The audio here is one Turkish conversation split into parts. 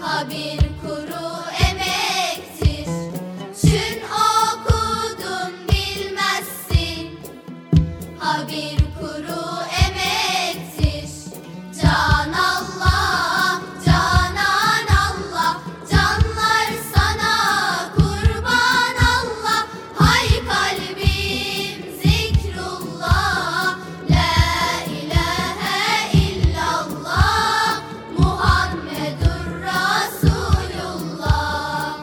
ha bir kuru emektir. Çün okudun bilmezsin, ha bir kuru emektir. Can Allah, Canan Allah, canlar sana kurban Allah. Hay kalbim zikrullah, la ilahe illallah, Muhammedur Resulullah.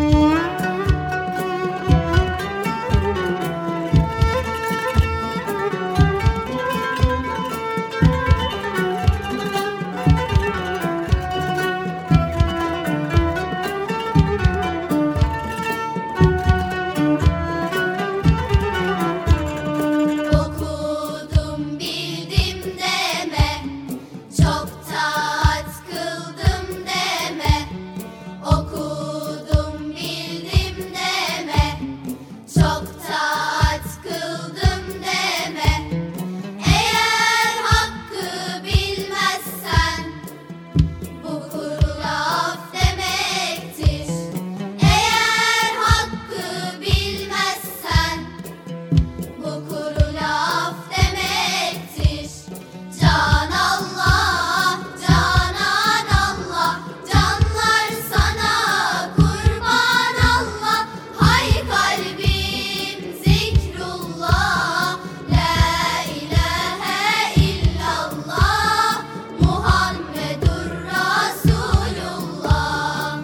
Okudum bildim deme, çok taat kıldım deme. Okudum bildim deme, çok taat kıldım deme. Eğer hakkı bilmezsen bu kuru laf demektir. Eğer hakkı bilmezsen bu kuru laf demektir. Can Allah, Canan Allah, canlar sana kurban Allah. Hay kalbim zikrullah, la ilahe illallah, Muhammedur Resulullah.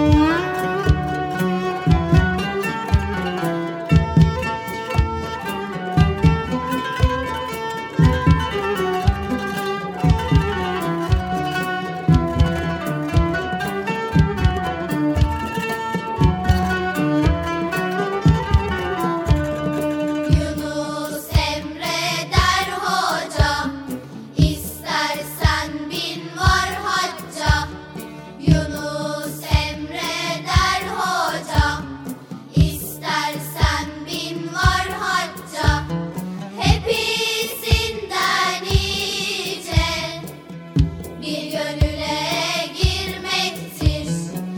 Yunus emreder hoca, istersen bin var hacca. Yunus emreder hoca, istersen bin var hacca. Hepsinden iyice bir gönüle girmektir.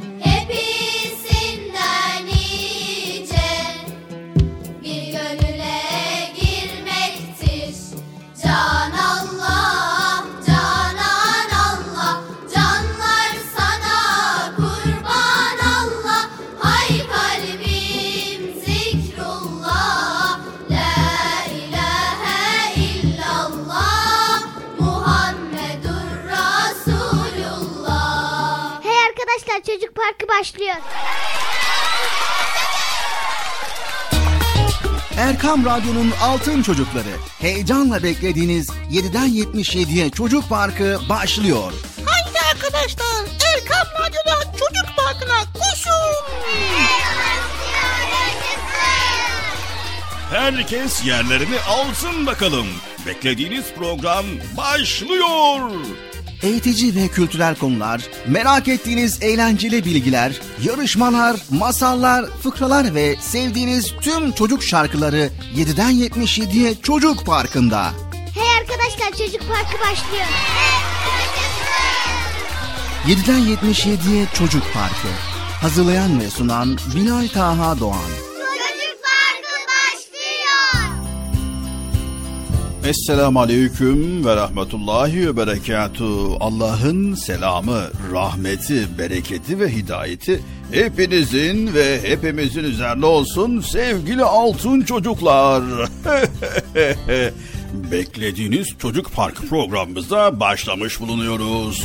Hepsinden iyice bir gönüle girmektir. Can Allah, Canan Allah, canlar sana kurban Allah. Hay kalbim zikrullah, la ilahe illallah, Muhammedur Resulullah. Hey arkadaşlar, Çocuk Parkı başlıyor. Erkam Radyo'nun Altın Çocukları. Heyecanla beklediğiniz 7'den 77'ye Çocuk Parkı başlıyor. Haydi arkadaşlar, Erkam Radyo'da Çocuk Parkı'na koşun. Herkes yerlerini alsın bakalım. Beklediğiniz program başlıyor. Eğitici ve kültürel konular, merak ettiğiniz eğlenceli bilgiler, yarışmalar, masallar, fıkralar ve sevdiğiniz tüm çocuk şarkıları 7'den 77'ye Çocuk Parkı'nda. Hey arkadaşlar, Çocuk Parkı başlıyor. 7'den 77'ye Çocuk Parkı. Hazırlayan ve sunan Binay Taha Doğan. Çocuk Parkı başlıyor. Esselamu Aleyküm ve Rahmetullahi ve Berekatuhu. Allah'ın selamı, rahmeti, bereketi ve hidayeti hepinizin ve hepimizin üzerine olsun sevgili altın çocuklar. Beklediğiniz Çocuk Parkı programımıza başlamış bulunuyoruz.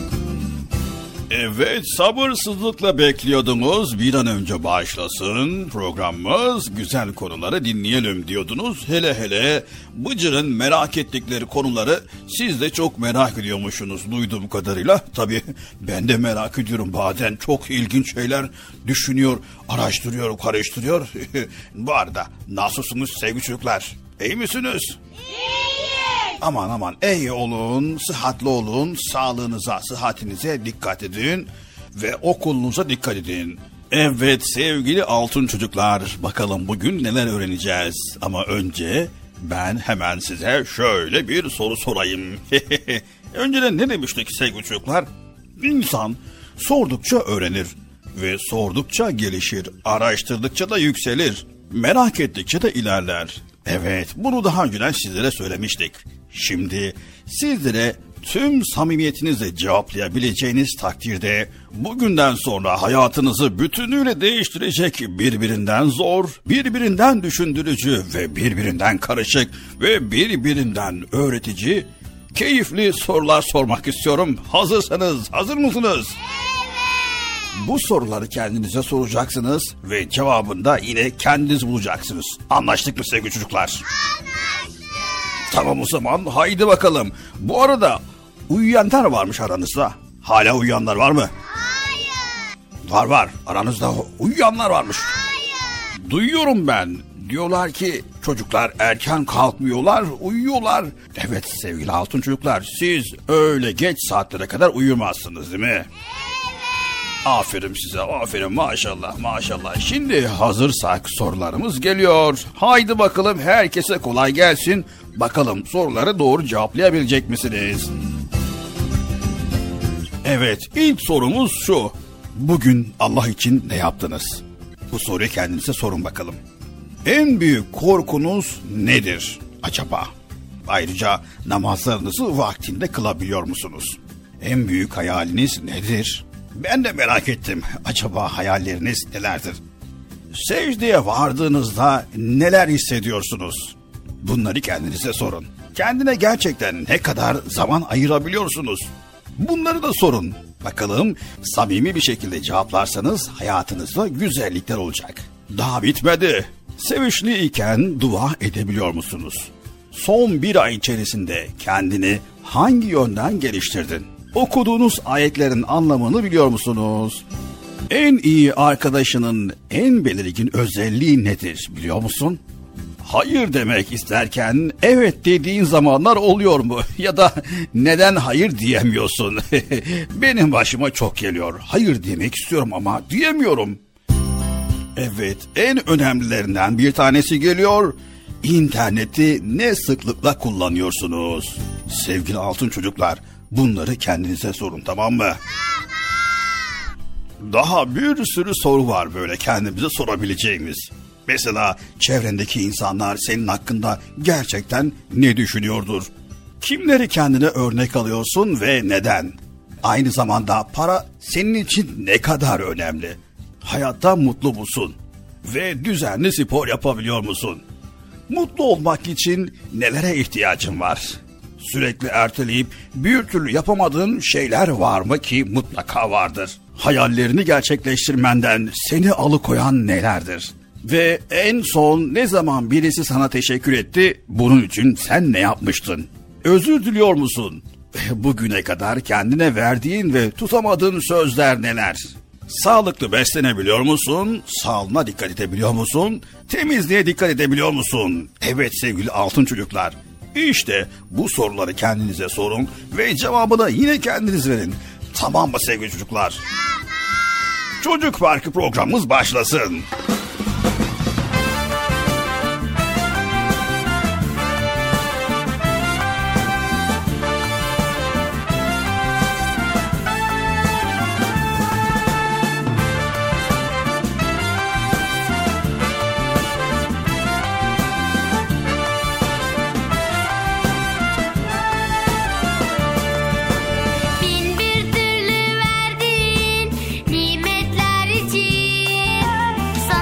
Evet, sabırsızlıkla bekliyordunuz. Bir an önce başlasın programımız, güzel konuları dinleyelim diyordunuz. Hele hele Bıcır'ın merak ettikleri konuları siz de çok merak ediyormuşsunuz duyduğum kadarıyla. Tabii ben de merak ediyorum, bazen çok ilginç şeyler düşünüyor, araştırıyor, karıştırıyor. Bu arada nasılsınız sevgili çocuklar? İyi misiniz? Aman iyi olun, sıhhatli olun, sağlığınıza, sıhhatinize dikkat edin ve okulunuza dikkat edin. Evet sevgili altın çocuklar, bakalım bugün neler öğreneceğiz. Ama önce ben hemen size şöyle bir soru sorayım. Önceden ne demiştik sevgili çocuklar? İnsan Sordukça öğrenir ve sordukça gelişir, araştırdıkça da yükselir, merak ettikçe de ilerler. Evet, bunu daha önceden sizlere söylemiştik. Şimdi sizlere tüm samimiyetinizle cevaplayabileceğiniz takdirde bugünden sonra hayatınızı bütünüyle değiştirecek birbirinden zor, birbirinden düşündürücü ve birbirinden karışık ve birbirinden öğretici keyifli sorular sormak istiyorum. Hazırsanız, hazır mısınız? Bu soruları kendinize soracaksınız ve cevabını da yine kendiniz bulacaksınız. Anlaştık mı sevgili çocuklar? Anlaştık. Tamam o zaman haydi bakalım. Bu arada uyuyanlar varmış aranızda. Hala uyuyanlar var mı? Hayır. Var aranızda uyuyanlar varmış. Hayır. Duyuyorum ben. Diyorlar ki çocuklar erken kalkmıyorlar, uyuyorlar. Evet sevgili altın çocuklar, siz öyle geç saatlere kadar uyumazsınız değil mi? Evet. Aferin size, aferin, maşallah maşallah. Şimdi hazırsak sorularımız geliyor. Haydi bakalım, herkese kolay gelsin. Bakalım soruları doğru cevaplayabilecek misiniz? Evet, ilk sorumuz şu. Bugün Allah için ne yaptınız? Bu soruyu kendinize sorun bakalım. En büyük korkunuz nedir acaba? Ayrıca namazlarınızı vaktinde kılabiliyor musunuz? En büyük hayaliniz nedir? Ben de merak ettim. Acaba hayalleriniz nelerdir? Secdeye vardığınızda neler hissediyorsunuz? Bunları kendinize sorun. Kendine gerçekten ne kadar zaman ayırabiliyorsunuz? Bunları da sorun. Bakalım samimi bir şekilde cevaplarsanız hayatınızda güzellikler olacak. Daha bitmedi. Sevinçliyken dua edebiliyor musunuz? Son bir ay içerisinde kendini hangi yönden geliştirdin? Okuduğunuz ayetlerin anlamını biliyor musunuz? En iyi arkadaşının en belirgin özelliği nedir biliyor musun? Hayır demek isterken evet dediğin zamanlar oluyor mu? Ya da neden hayır diyemiyorsun? Benim başıma çok geliyor. Hayır demek istiyorum ama diyemiyorum. Evet, en önemlilerinden bir tanesi geliyor. İnterneti ne sıklıkla kullanıyorsunuz? Sevgili altın çocuklar, bunları kendinize sorun, tamam mı? Daha bir sürü soru var böyle kendimize sorabileceğimiz. Mesela çevrendeki insanlar senin hakkında gerçekten ne düşünüyordur? Kimleri kendine örnek alıyorsun ve neden? Aynı zamanda para senin için ne kadar önemli? Hayatta mutlu musun? Ve düzenli spor yapabiliyor musun? Mutlu olmak için nelere ihtiyacın var? Sürekli erteleyip bir türlü yapamadığın şeyler var mı ki mutlaka vardır? Hayallerini gerçekleştirmenden seni alıkoyan nelerdir? Ve en son ne zaman birisi sana teşekkür etti, bunun için sen ne yapmıştın? Özür diliyor musun? Bugüne kadar kendine verdiğin ve tutamadığın sözler neler? Sağlıklı beslenebiliyor musun? Sağlığına dikkat edebiliyor musun? Temizliğe dikkat edebiliyor musun? Evet sevgili altın çocuklar, İşte bu soruları kendinize sorun ve cevabını yine kendiniz verin. Tamam mı sevgili çocuklar? Çocuk Parkı programımız başlasın. Bin bir türlü verdiğin nimetler için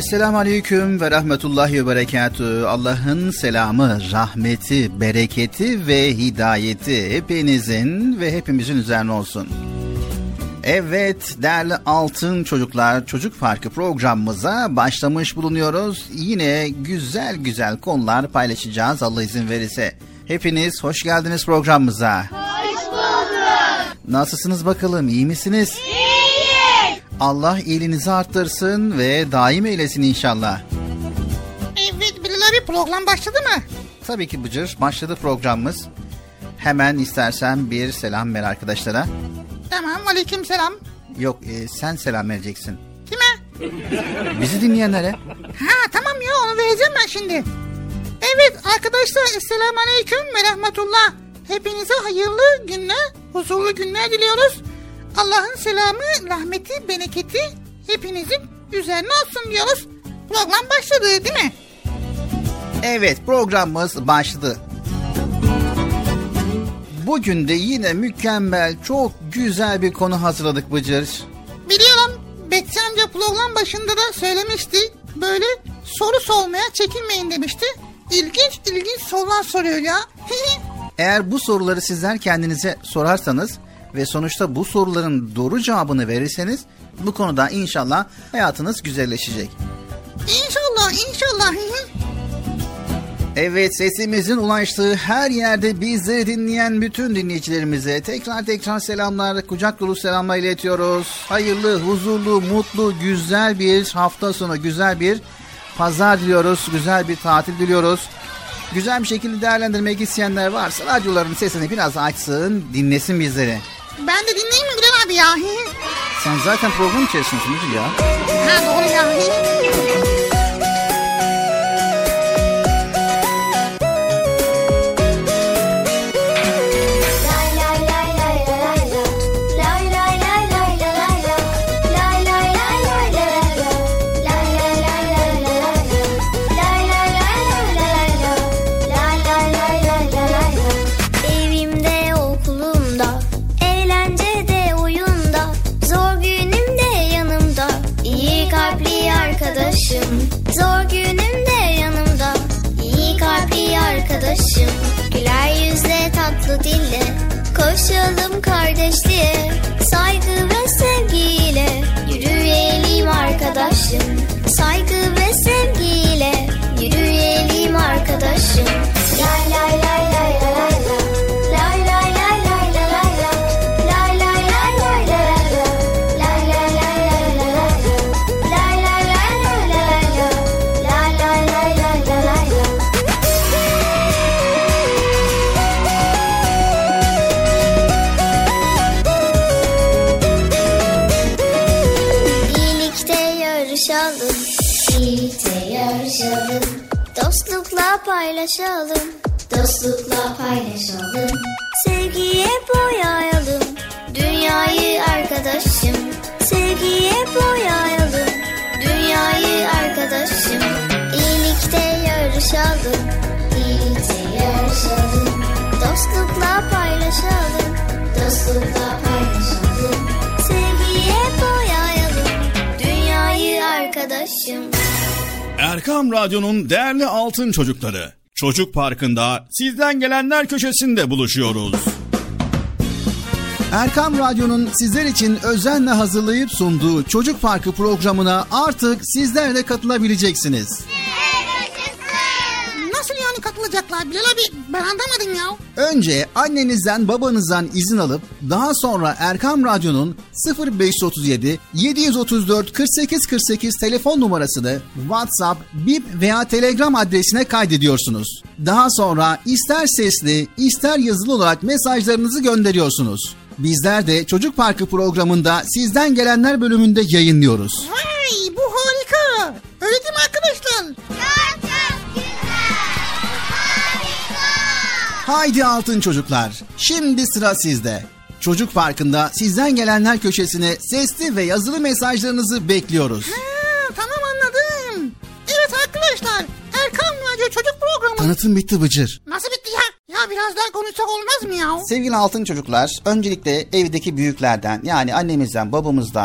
Esselamu Aleyküm ve Rahmetullahi ve Berekatühü. Allah'ın selamı, rahmeti, bereketi ve hidayeti hepinizin ve hepimizin üzerine olsun. Evet değerli altın çocuklar, Çocuk Parkı programımıza başlamış bulunuyoruz. Yine güzel güzel konular paylaşacağız Allah izin verirse. Hepiniz hoş geldiniz programımıza. Hoş bulduk. Nasılsınız bakalım, iyi misiniz? İyiyiz. Allah iyiliğinizi arttırsın ve daim eylesin inşallah. Evet Bilal abi, program başladı mı? Tabii ki Bıcır, başladı programımız. Hemen istersen bir selam ver arkadaşlara. Tamam, aleyküm selam. Yok sen selam vereceksin. Kime? Bizi dinleyenlere. Ha tamam ya, onu vereceğim ben şimdi. Evet arkadaşlar, esselamu aleyküm ve rahmetullah. Hepinize hayırlı günler, huzurlu günler diliyoruz. Allah'ın selamı, rahmeti, bereketi hepinizin üzerine olsun diyoruz. Program başladı değil mi? Evet, programımız başladı. Bugün de yine mükemmel, çok güzel bir konu hazırladık Bıcır. Biliyorum, Betsi amca program başında da söylemişti. Böyle soru sormaya çekinmeyin demişti. İlginç sorular soruyor ya. Eğer bu soruları sizler kendinize sorarsanız ve sonuçta bu soruların doğru cevabını verirseniz bu konuda inşallah hayatınız güzelleşecek. İnşallah. Evet, sesimizin ulaştığı her yerde bizleri dinleyen bütün dinleyicilerimize tekrar selamlar, kucak dolu selamlar iletiyoruz. Hayırlı, huzurlu, mutlu, güzel bir hafta sonu, güzel bir pazar diliyoruz, güzel bir tatil diliyoruz. Güzel bir şekilde değerlendirmek isteyenler varsa radyoların sesini biraz açsın, dinlesin bizleri. Ben de dinleyeyim mi Bilal abi ya? Sen zaten program içerisindesin Mücül ya. Ha doğru ya. Zor günümde yanımda iyi kalpli arkadaşım. Güler yüzle tatlı dille koşalım kardeşliğe. Saygı ve sevgiyle yürüyelim arkadaşım. Saygı ve sevgiyle yürüyelim arkadaşım. Lay lay lay lay lay lay. Dostlukla paylaşalım. Sevgiye boyayalım dünyayı arkadaşım. Sevgiye boyayalım dünyayı arkadaşım. İyilikte yarışalım. Dostlukla paylaşalım. Sevgiye boyayalım dünyayı arkadaşım. Erkam Radyo'nun değerli altın çocukları, Çocuk Parkı'nda sizden gelenler köşesinde buluşuyoruz. Erkam Radyo'nun sizler için özenle hazırlayıp sunduğu Çocuk Parkı programına artık sizler de katılabileceksiniz. Nasıl yani katılacaklar Bilal abi? Ben anlamadım ya. Önce annenizden babanızdan izin alıp daha sonra Erkam Radyo'nun 0537 734 48 48 telefon numarasını WhatsApp, Bip veya Telegram adresine kaydediyorsunuz. Daha sonra ister sesli ister yazılı olarak mesajlarınızı gönderiyorsunuz. Bizler de Çocuk Parkı programında sizden gelenler bölümünde yayınlıyoruz. Vay, bu harika. Öyle değil mi arkadaşlar? Çok güzel. Harika. Haydi altın çocuklar, şimdi sıra sizde. Çocuk Parkı'nda sizden gelenler köşesine sesli ve yazılı mesajlarınızı bekliyoruz. Tamam, anladım. Evet arkadaşlar, Erkam Radyo Çocuk Programı. Tanıtım bitti Bıcır. Nasıl bitti ya? Ya biraz daha konuşsak olmaz mı ya? Sevgili altın çocuklar, öncelikle evdeki büyüklerden, yani annemizden, babamızdan,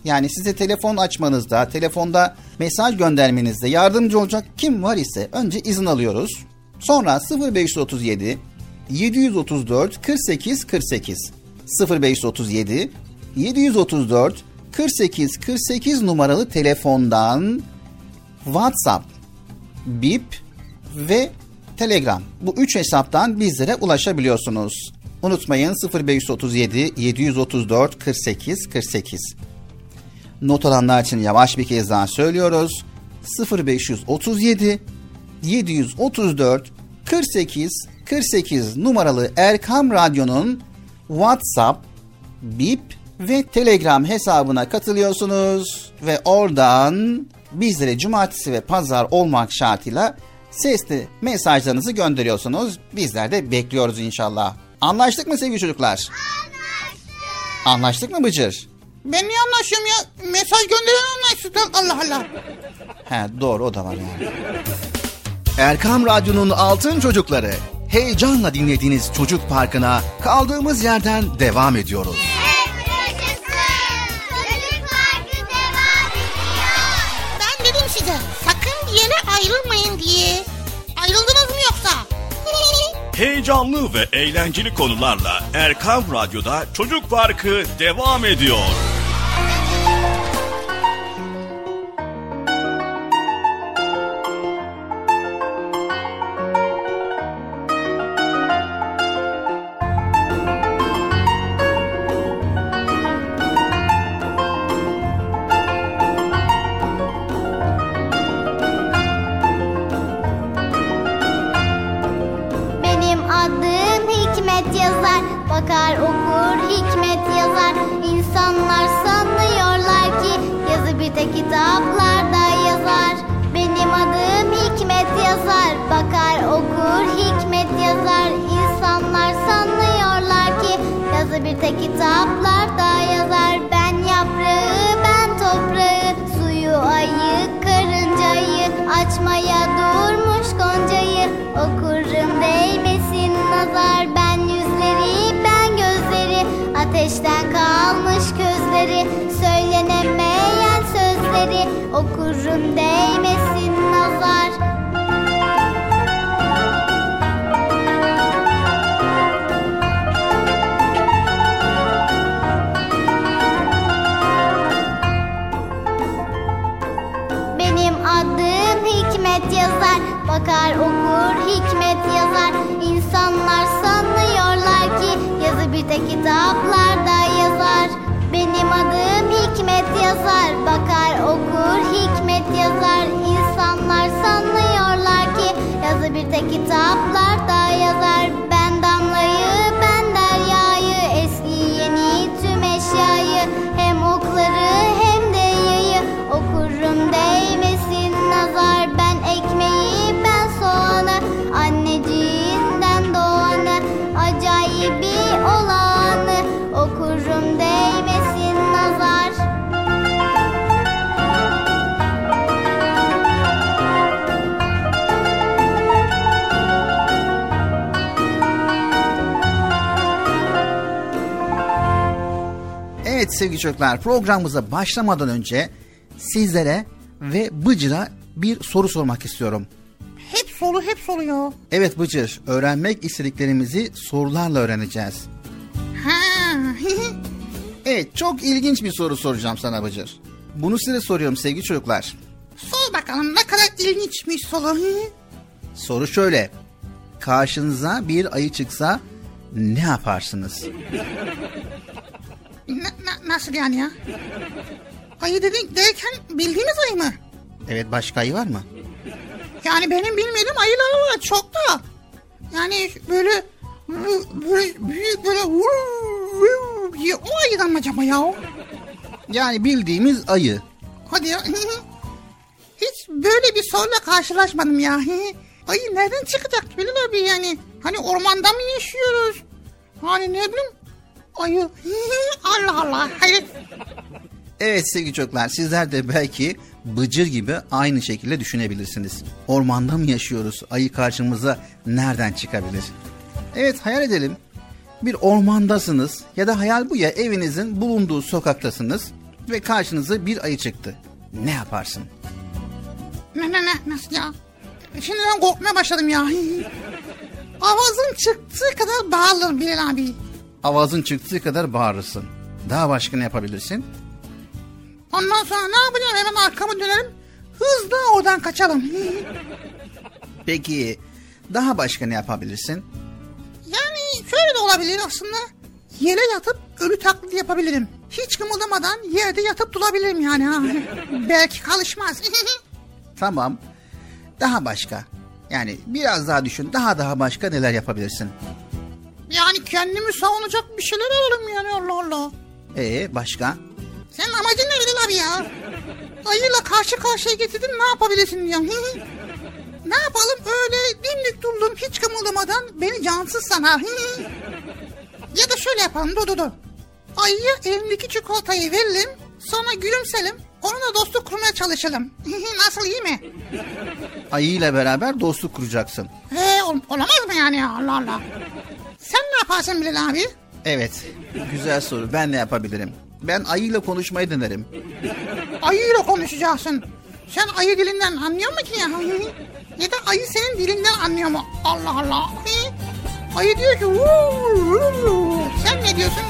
Yani size telefon açmanızda, telefonda mesaj göndermenizde yardımcı olacak kim var ise önce izin alıyoruz. Sonra 0537 734 48 48 0537 734 48 48 numaralı telefondan WhatsApp, Bip ve Telegram, bu 3 hesaptan bizlere ulaşabiliyorsunuz. Unutmayın 0537 734 48 48. Not alanlar için yavaş bir kez daha söylüyoruz. 0537 734 48 48 numaralı Erkam Radyo'nun WhatsApp, Bip ve Telegram hesabına katılıyorsunuz ve oradan bizlere cumartesi ve pazar olmak şartıyla sesli mesajlarınızı gönderiyorsunuz. Bizler de bekliyoruz inşallah. Anlaştık mı sevgili çocuklar? Anlaştık. Anlaştık mı Bıcır? Ben niye anlaşıyorum ya? Mesaj gönderen anlaşsın. Allah Allah. He doğru, o da var yani. Erkam Radyo'nun Altın Çocukları. Heyecanla dinlediğiniz Çocuk Parkı'na kaldığımız yerden devam ediyoruz. Çocuk Parkı devam ediyor. Ben dedim size sakın bir yere ayrılmayın diye. Ayrıldınız mı yoksa? Heyecanlı ve eğlenceli konularla Erkam Radyo'da Çocuk Parkı devam ediyor. Bakar okur hikmet yazar. İnsanlar sanıyorlar ki yazı bir tek kitaplarda yazar. Benim adım Hikmet yazar. Bakar okur hikmet yazar. İnsanlar sanıyorlar ki yazı bir tek kitaplarda yazar. Ben yaprağı, ben toprağı, suyu, ayı, karıncayı, açmaya durmuş goncayı okurum değmesin nazar. Ben yüzleri, ben gözleri, ateşten kalmış közleri, söylenemeyen sözleri okurum değmesin nazar. Benim adım Hikmet yazar. Bakar okur hikmet yazar. İnsanlar sanıyorlar ki yazı bir tek kitaplarda yazar. Benim adım Hikmet yazar. Bakar okur hikmet yazar. İnsanlar sanıyorlar ki yazı bir tek kitaplarda yazar. Ben damlayı, ben deryayı, eski yeni tüm eşyayı, hem okları hem de yayı okurum değmesin nazar. Ben ekmeği, ben soğanı, anneciğinden doğanı, acayibi olanı okurum değmesin nazar. Evet sevgili çocuklar, programımıza başlamadan önce sizlere ve Bıcır'a bir soru sormak istiyorum. Hep soru ya. Evet Bıcır, öğrenmek istediklerimizi sorularla öğreneceğiz. Ha. Evet, çok ilginç bir soru soracağım sana Bıcır. Bunu size soruyorum sevgili çocuklar. Sor bakalım ne kadar ilginçmiş soru. Soru şöyle. Karşınıza bir ayı çıksa ne yaparsınız? Nasıl yani ya? Ayı dedik derken bildiğimiz ayı mı? Evet, başka ayı var mı? Yani benim bilmediğim ayılar var çok da. Yani böyle büyük böyle o ayıdan mı acaba ya? Yani bildiğimiz ayı. Hadi ya. Hiç böyle bir soruyla karşılaşmadım ya. Ayı nereden çıkacak Bilal abi yani? Hani ormanda mı yaşıyoruz? Hani ne bileyim ayı. Allah Allah. Hayır. Evet sevgili çocuklar, sizler de belki Bıcır gibi aynı şekilde düşünebilirsiniz. Ormanda mı yaşıyoruz? Ayı karşımıza nereden çıkabilir? Evet, hayal edelim. Bir ormandasınız ya da hayal bu ya, evinizin bulunduğu sokaktasınız. ve karşınıza bir ayı çıktı. Ne yaparsın? Ne nasıl ya? Şimdiden korkmaya başladım ya. Avazın çıktığı kadar bağırırım Bilal abi. Avazın çıktığı kadar bağırırsın. Daha başka ne yapabilirsin? Ondan sonra ne yapacağım? Hemen arkamı dönerim. Hızla oradan kaçalım. Peki daha başka ne yapabilirsin? Yani şöyle de olabilir aslında. Yere yatıp ölü taklidi yapabilirim. Hiç kımıldamadan yerde yatıp durabilirim yani. Ha. Belki kalışmaz. Tamam. Daha başka. Yani biraz daha düşün. Daha başka neler yapabilirsin? Yani kendimi savunacak bir şeyler alalım yani, Allah Allah. Başka? Senin amacın ne Bilal abi ya? Ayıyla karşı karşıya getirdin, ne yapabilirsin diyorum. Ne yapalım, öyle dimdik durdum hiç kımıldamadan, beni cansız sanar. Ya da şöyle yapalım, dur. Ayıya elindeki çikolatayı verelim, sonra gülümselim, onunla dostluk kurmaya çalışalım. Nasıl, iyi mi? Ayıyla beraber dostluk kuracaksın. Olamaz mı yani, Allah Allah. Sen ne yaparsın Bilal abi? Evet, güzel soru. Ben ne yapabilirim? Ben ayıyla konuşmayı denerim. Ayıyla konuşacaksın. Sen ayı dilinden anlıyor musun ki ya? Ya da ayı senin dilinden anlıyor mu? Allah Allah. Ayı diyor ki sen ne diyorsun?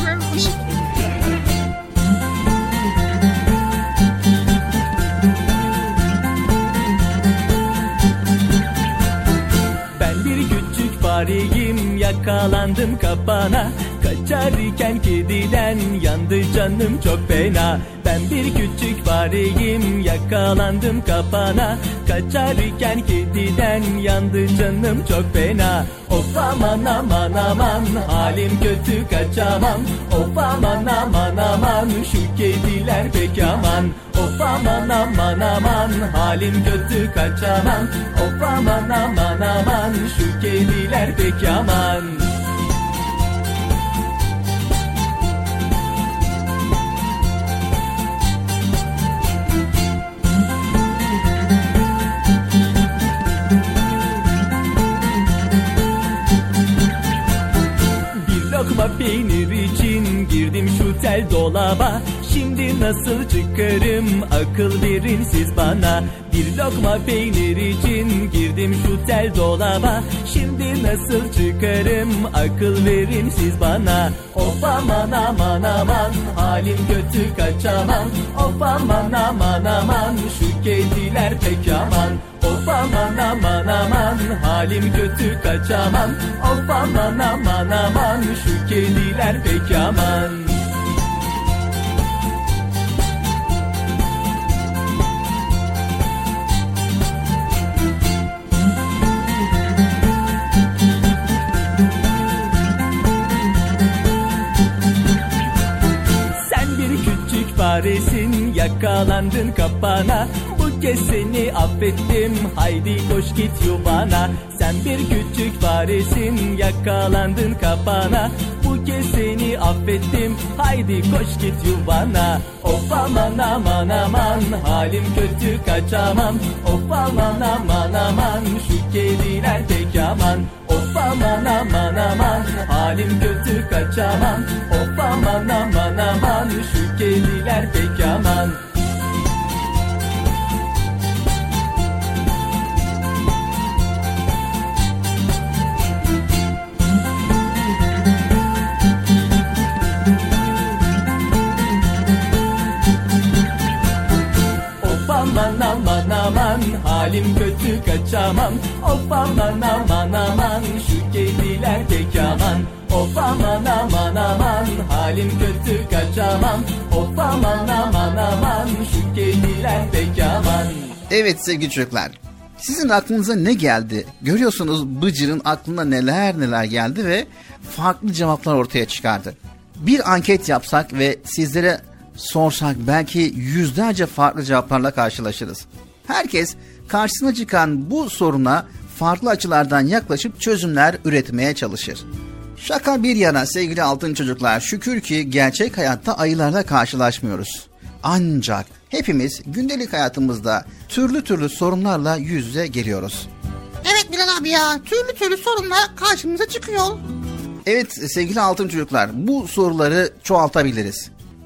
Ben bir küçük fareyim, yakalandım kapana. Kaçarken kediden yandı canım çok fena. Ben bir küçük fareyim, yakalandım kapana. Kaçarken kediden yandı canım çok fena. Of aman aman aman, halim kötü kaçamam. Of aman aman aman, şu kediler pek aman. Of aman aman aman, halim kötü kaçamam. Of aman aman aman, şu kediler pek aman. Lokma peynir için girdim şu tel dolaba. Şimdi nasıl çıkarım, akıl verin siz bana. Bir lokma peynir için girdim şu tel dolaba. Şimdi nasıl çıkarım, akıl verin siz bana. Of aman aman aman, halim kötü kaçamam. Of aman aman aman, şu kediler pek aman. Of aman aman aman, halim kötü kaçamam. Of aman aman aman, şu kediler pek aman. Sen bir küçük faresin, yakalandın kapana. Bu kez seni affettim, haydi koş git yuvana. Sen bir küçük faresin, yakalandın kapana. Bu kez seni affettim, haydi koş git yuvana. Of aman aman aman, halim kötü kaçamam. Of aman aman aman, şu kediler pek aman. Of aman aman aman, halim kötü kaçamam. Of aman aman aman, şu kediler pek aman. Aman aman aman, halim kötü kaçamam. Of aman aman aman, şu kediler pek aman. Of aman aman aman, halim kötü kaçamam. Of aman aman aman, şu kediler pek aman. Evet sevgili çocuklar, sizin aklınıza ne geldi? Görüyorsunuz Bıcır'ın aklına neler geldi ve farklı cevaplar ortaya çıkardı. Bir anket yapsak ve sizlere sorsak belki yüzlerce farklı cevaplarla karşılaşırız. Herkes karşısına çıkan bu soruna farklı açılardan yaklaşıp çözümler üretmeye çalışır. Şaka bir yana sevgili altın çocuklar, şükür ki gerçek hayatta ayılarla karşılaşmıyoruz. Ancak hepimiz gündelik hayatımızda türlü sorunlarla yüz yüze geliyoruz. Evet Bilal abi ya, türlü sorunlar karşımıza çıkıyor. Evet sevgili altın çocuklar, bu soruları çoğaltabiliriz.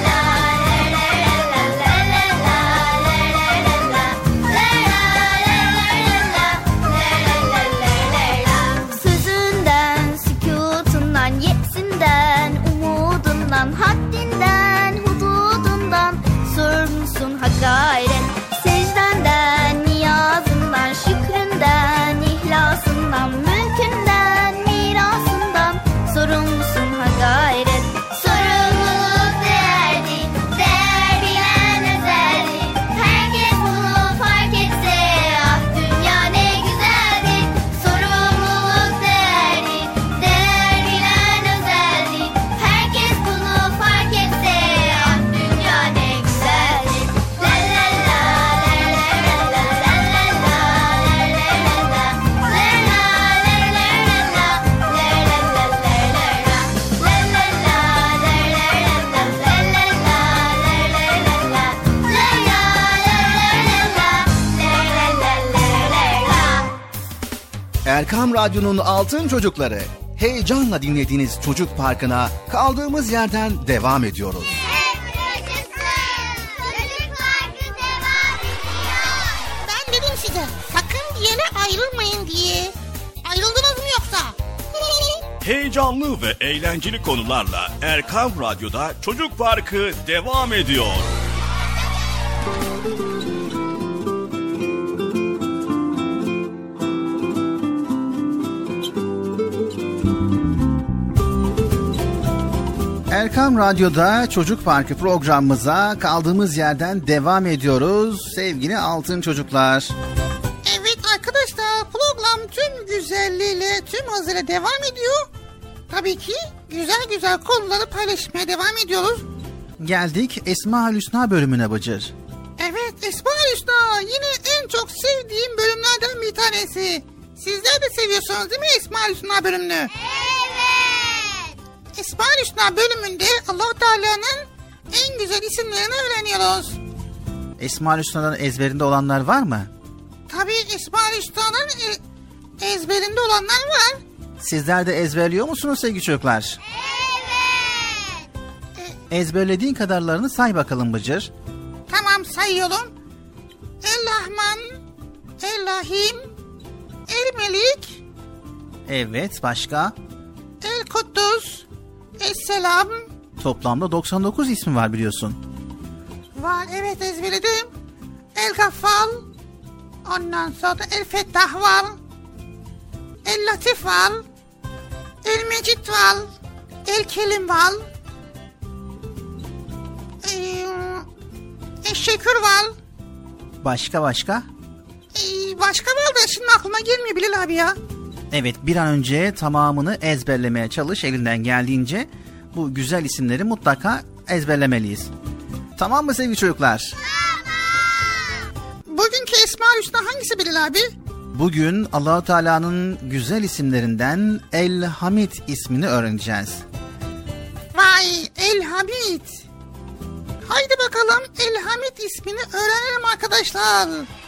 Sözünden, sükutundan, yepsinden, umudundan, haddinden, hududundan sorur musun ha gayret? Secdenden, niyazından, şükründen, ihlasından, mülkünden, mirasından sorur musun ha gayret? Sorumluluk değerli, değer bilen özeldi. Herkes bunu fark etse, ah dünya ne güzeldi. Sorumluluk değerli, değer bilen özeldi. Herkes bunu fark etse, ah dünya ne güzeldi. La la la la la la la la la Erkam Radyo'nun Altın Çocukları. Heyecanla dinlediğiniz Çocuk Parkı'na kaldığımız yerden devam ediyoruz. Ben dedim size sakın bir yere ayrılmayın diye. Ayrıldınız mı yoksa? Heyecanlı ve eğlenceli konularla Erkam Radyo'da Çocuk Parkı devam ediyor. Erkam Radyo'da Çocuk Parkı programımıza kaldığımız yerden devam ediyoruz sevgili altın çocuklar. Evet arkadaşlar, program tüm güzelliğiyle, tüm hızıyla devam ediyor. Tabii ki güzel güzel konuları paylaşmaya devam ediyoruz. Geldik Esma-ül Hüsna bölümüne Bıcır. Evet, Esma-ül Hüsna yine en çok sevdiğim bölümlerden bir tanesi. Sizler de seviyorsunuz değil mi Esma-ül Hüsna bölümünü? Evet. Esma-ül Hüsna bölümünde Allah-u Teala'nın en güzel isimlerini öğreniyoruz. Esma-ül Hüsna'dan ezberinde olanlar var mı? Tabii Esma-ül Hüsna'nın ezberinde olanlar var. Sizler de ezberliyor musunuz sevgili çocuklar? Evet. Ezberlediğin kadarlarını say bakalım Bıcır. Tamam, sayıyorum. El-Rahman, El-Rahim, El-Melik, Evet, başka? El-Kuddus, Es-Selam. Toplamda 99 ismi var biliyorsun. Var, evet ezberledim. El Gaffal. Ondan sonra El Fettah var. El Latif var. El Mecid var. El Kelim var. Şekür var. Başka? Başka var da şimdi aklıma gelmiyor Bilal abi ya. Evet, bir an önce tamamını ezberlemeye çalış elinden geldiğince. Bu güzel isimleri mutlaka ezberlemeliyiz. Tamam mı sevgili çocuklar? Bugünkü Esma-ül Hüsna hangisi Bilal abi? Bugün Allah-u Teala'nın güzel isimlerinden El Hamid ismini öğreneceğiz. Vay, El Hamid. Haydi bakalım El Hamid ismini öğrenelim arkadaşlar.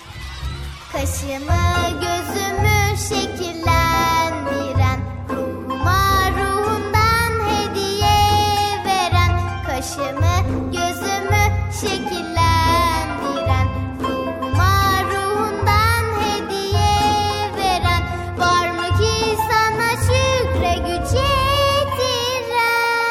Kaşımı gözümü şekillendiren, ruhuma ruhundan hediye veren. Kaşımı gözümü şekillendiren, ruhuma ruhundan hediye veren. Var mı ki sana şükre güç yetiren?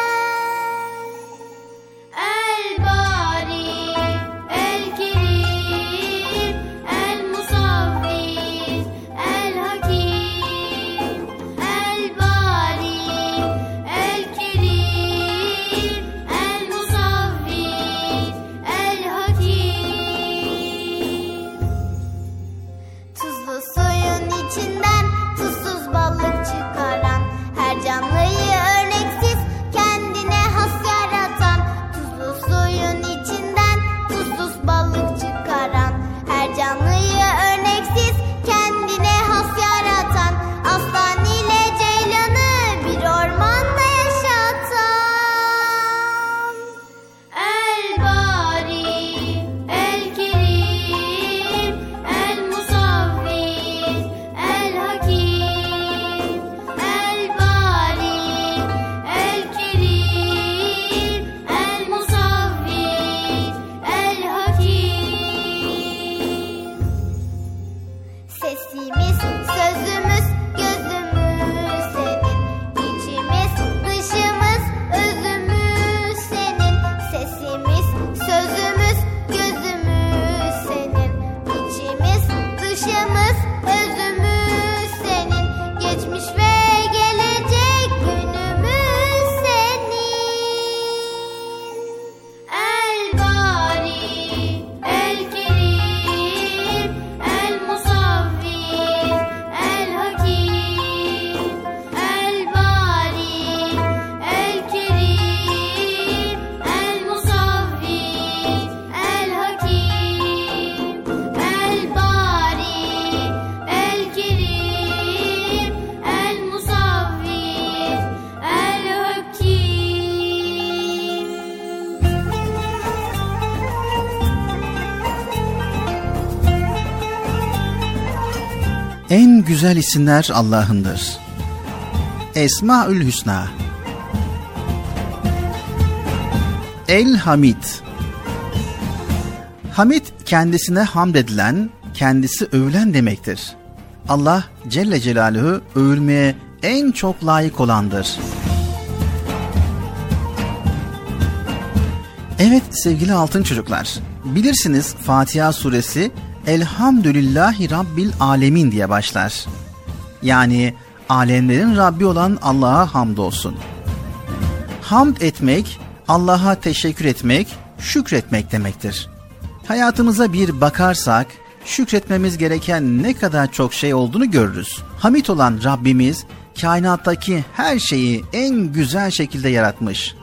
El Bari, El Kerim, El Musavvir, El Hakim. El Bari, El Kerim, El Musavvir, El Hakim. Tuzlu suyun içinden tuzsuz balık çıkaran, her canlıyı örneksiz kendine has yaratan. Tuzlu suyun içinden tuzsuz balık çıkaran, her canlıyı örneksiz kendine has yaratan. Aslan ile ceylanı bir ormanda yaşatan. El Bari, El Kerim, El Musavvir, El Hakim. El Bari, El Kerim, El Musavvir, El Hakim. Sesimiz, sözümüz, gözümüz senin. İçimiz, dışımız, özümüz senin. Sesimiz, sözümüz, gözümüz senin. İçimiz, dışımız, özümüz senin. Geçmiş ve gelecek günümüz senin. El Bari, El Kerim, El Musavvir, El Hakim. El Bari, El Kerim, El Musavvir, El Hakim. El Bari, El Kerim, El Musavvir, El Hakim. En güzel isimler Allah'ındır. Esma-ül Hüsna. El Hamid. Hamid kendisine hamd edilen, kendisi övülen demektir. Allah Celle Celaluhu övülmeye en çok layık olandır. Evet sevgili altın çocuklar, bilirsiniz Fatiha suresi Elhamdülillahi Rabbil Alemin diye başlar. Yani alemlerin Rabbi olan Allah'a hamdolsun. Hamd etmek, Allah'a teşekkür etmek, şükretmek demektir. Hayatımıza bir bakarsak, şükretmemiz gereken ne kadar çok şey olduğunu görürüz. Hamid olan Rabbimiz, kainattaki her şeyi en güzel şekilde yaratmış.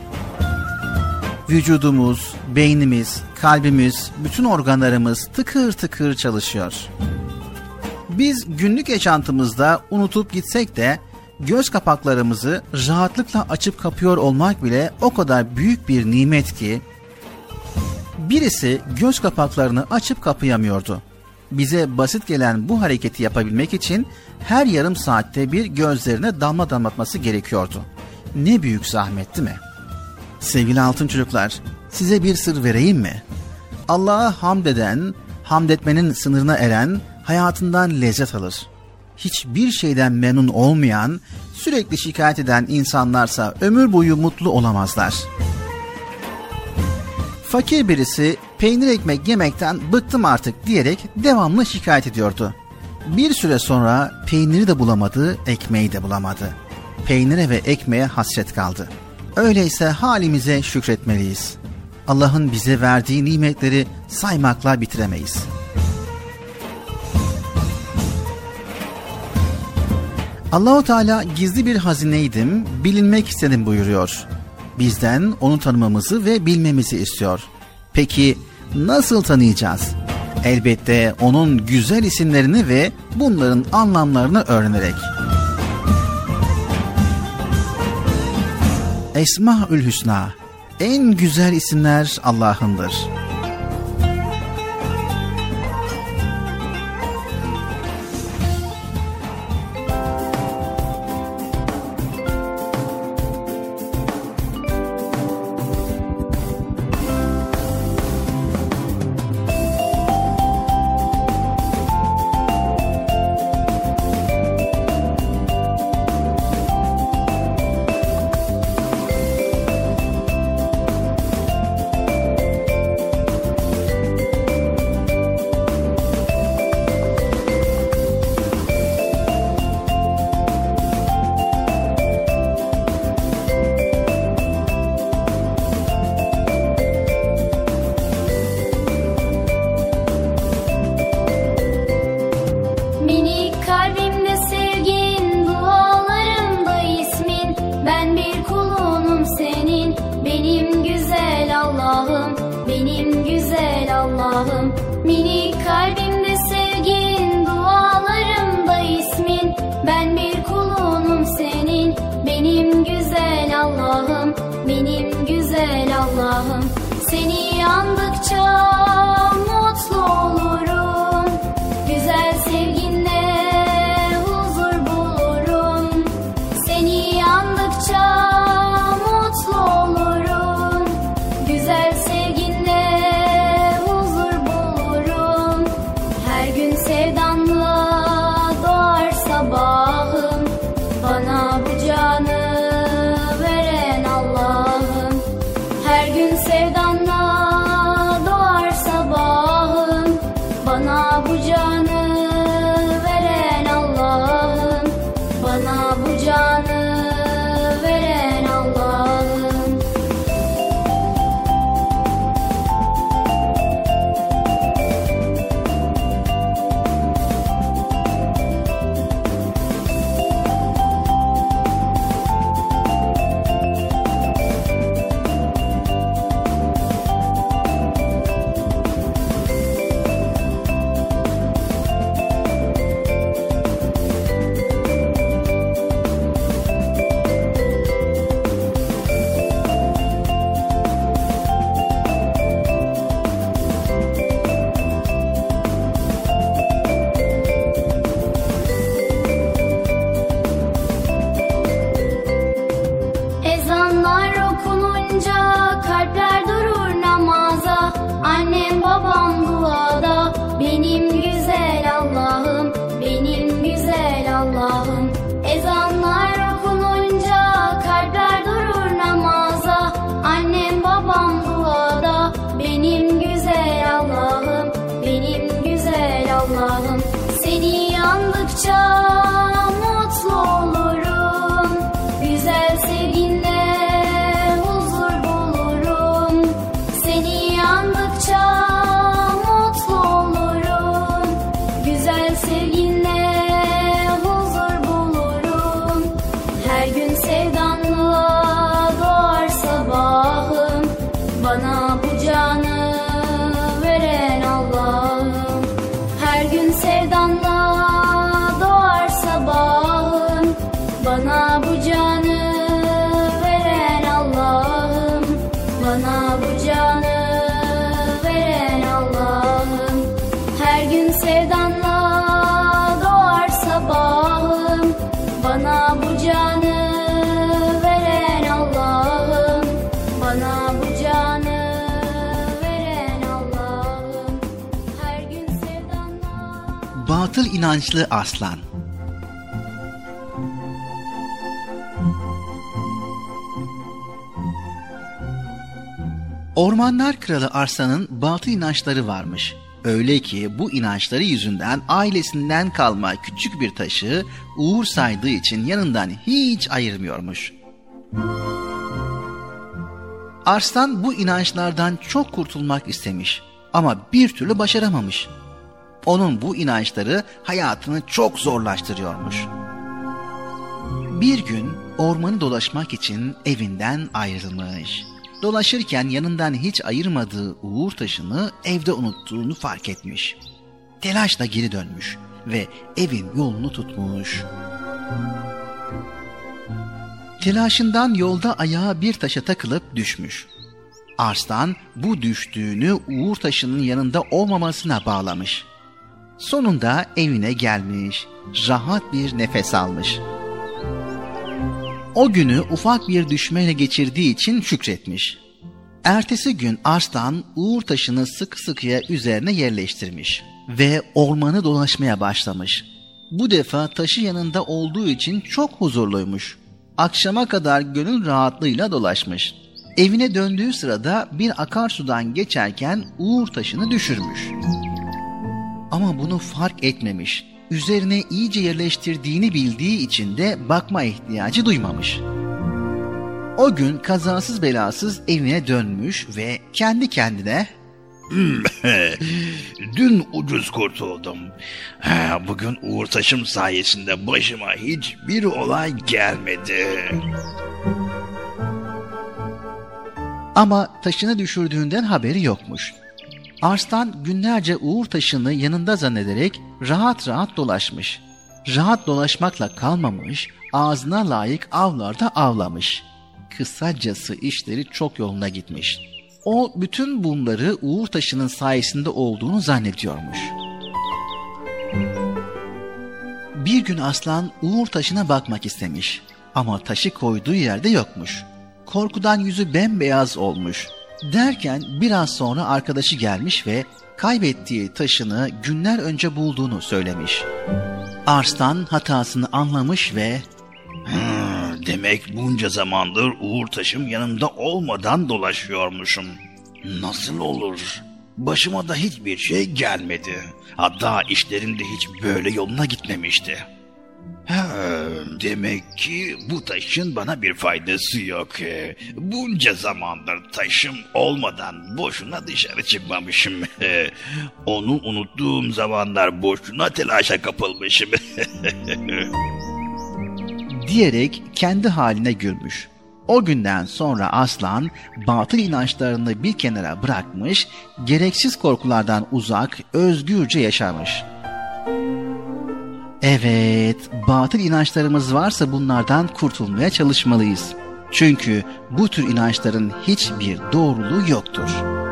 Vücudumuz, beynimiz, kalbimiz, bütün organlarımız tıkır tıkır çalışıyor. Biz günlük yaşantımızda unutup gitsek de göz kapaklarımızı rahatlıkla açıp kapıyor olmak bile o kadar büyük bir nimet ki birisi göz kapaklarını açıp kapayamıyordu. Bize basit gelen bu hareketi yapabilmek için her yarım saatte bir gözlerine damla damlatması gerekiyordu. Ne büyük zahmet değil mi? Sevgili altın çocuklar, size bir sır vereyim mi? Allah'a hamd eden, hamd etmenin sınırına eren hayatından lezzet alır. Hiçbir şeyden memnun olmayan, sürekli şikayet eden insanlarsa ömür boyu mutlu olamazlar. Fakir birisi peynir ekmek yemekten bıktım artık diyerek devamlı şikayet ediyordu. Bir süre sonra peyniri de bulamadı, ekmeği de bulamadı. Peynire ve ekmeğe hasret kaldı. Öyleyse halimize şükretmeliyiz. Allah'ın bize verdiği nimetleri saymakla bitiremeyiz. Allah-u Teala gizli bir hazineydim, bilinmek istedim buyuruyor. Bizden onu tanımamızı ve bilmemizi istiyor. Peki nasıl tanıyacağız? Elbette onun güzel isimlerini ve bunların anlamlarını öğrenerek. Esmaül Hüsna, en güzel isimler Allah'ındır. Batıl inançlı aslan. Ormanlar Kralı Arslan'ın batıl inançları varmış. Öyle ki bu inançları yüzünden ailesinden kalma küçük bir taşı uğur saydığı için yanından hiç ayırmıyormuş. Arslan bu inançlardan çok kurtulmak istemiş ama bir türlü başaramamış. Onun bu inançları hayatını çok zorlaştırıyormuş. Bir gün ormanı dolaşmak için evinden ayrılmış. Dolaşırken yanından hiç ayırmadığı uğur taşını evde unuttuğunu fark etmiş. Telaşla geri dönmüş ve evin yolunu tutmuş. Telaşından yolda ayağı bir taşa takılıp düşmüş. Arslan bu düştüğünü uğur taşının yanında olmamasına bağlamış. Sonunda evine gelmiş, rahat bir nefes almış. O günü ufak bir düşmeyle geçirdiği için şükretmiş. Ertesi gün Arslan uğur taşını sıkı sıkıya üzerine yerleştirmiş ve ormanı dolaşmaya başlamış. Bu defa taşı yanında olduğu için çok huzurluymuş. Akşama kadar gönül rahatlığıyla dolaşmış. Evine döndüğü sırada bir akarsudan geçerken uğur taşını düşürmüş. Ama bunu fark etmemiş. Üzerine iyice yerleştirdiğini bildiği için de bakma ihtiyacı duymamış. O gün kazasız belasız evine dönmüş ve kendi kendine Dün ucuz kurtuldum. Bugün uğur taşım sayesinde başıma hiçbir olay gelmedi. Ama taşını düşürdüğünden haberi yokmuş. Arslan günlerce uğur taşını yanında zannederek rahat rahat dolaşmış. Rahat dolaşmakla kalmamış, ağzına layık avlarda avlamış. Kısacası işleri çok yoluna gitmiş. O bütün bunları uğur taşının sayesinde olduğunu zannediyormuş. Bir gün Arslan uğur taşına bakmak istemiş ama taşı koyduğu yerde yokmuş. Korkudan yüzü bembeyaz olmuş. Derken biraz sonra arkadaşı gelmiş ve kaybettiği taşını günler önce bulduğunu söylemiş. Arslan hatasını anlamış ve Demek bunca zamandır uğur taşım yanımda olmadan dolaşıyormuşum. Nasıl olur? Başıma da hiçbir şey gelmedi. Hatta işlerim de hiç böyle yoluna gitmemişti. Demek ki bu taşın bana bir faydası yok. Bunca zamandır taşım olmadan boşuna dışarı çıkmamışım. Onu unuttuğum zamanlar boşuna telaşa kapılmışım. diyerek kendi haline gülmüş. O günden sonra Arslan batıl inançlarını bir kenara bırakmış, gereksiz korkulardan uzak, özgürce yaşamış. Evet, batıl inançlarımız varsa bunlardan kurtulmaya çalışmalıyız. Çünkü bu tür inançların hiçbir doğruluğu yoktur.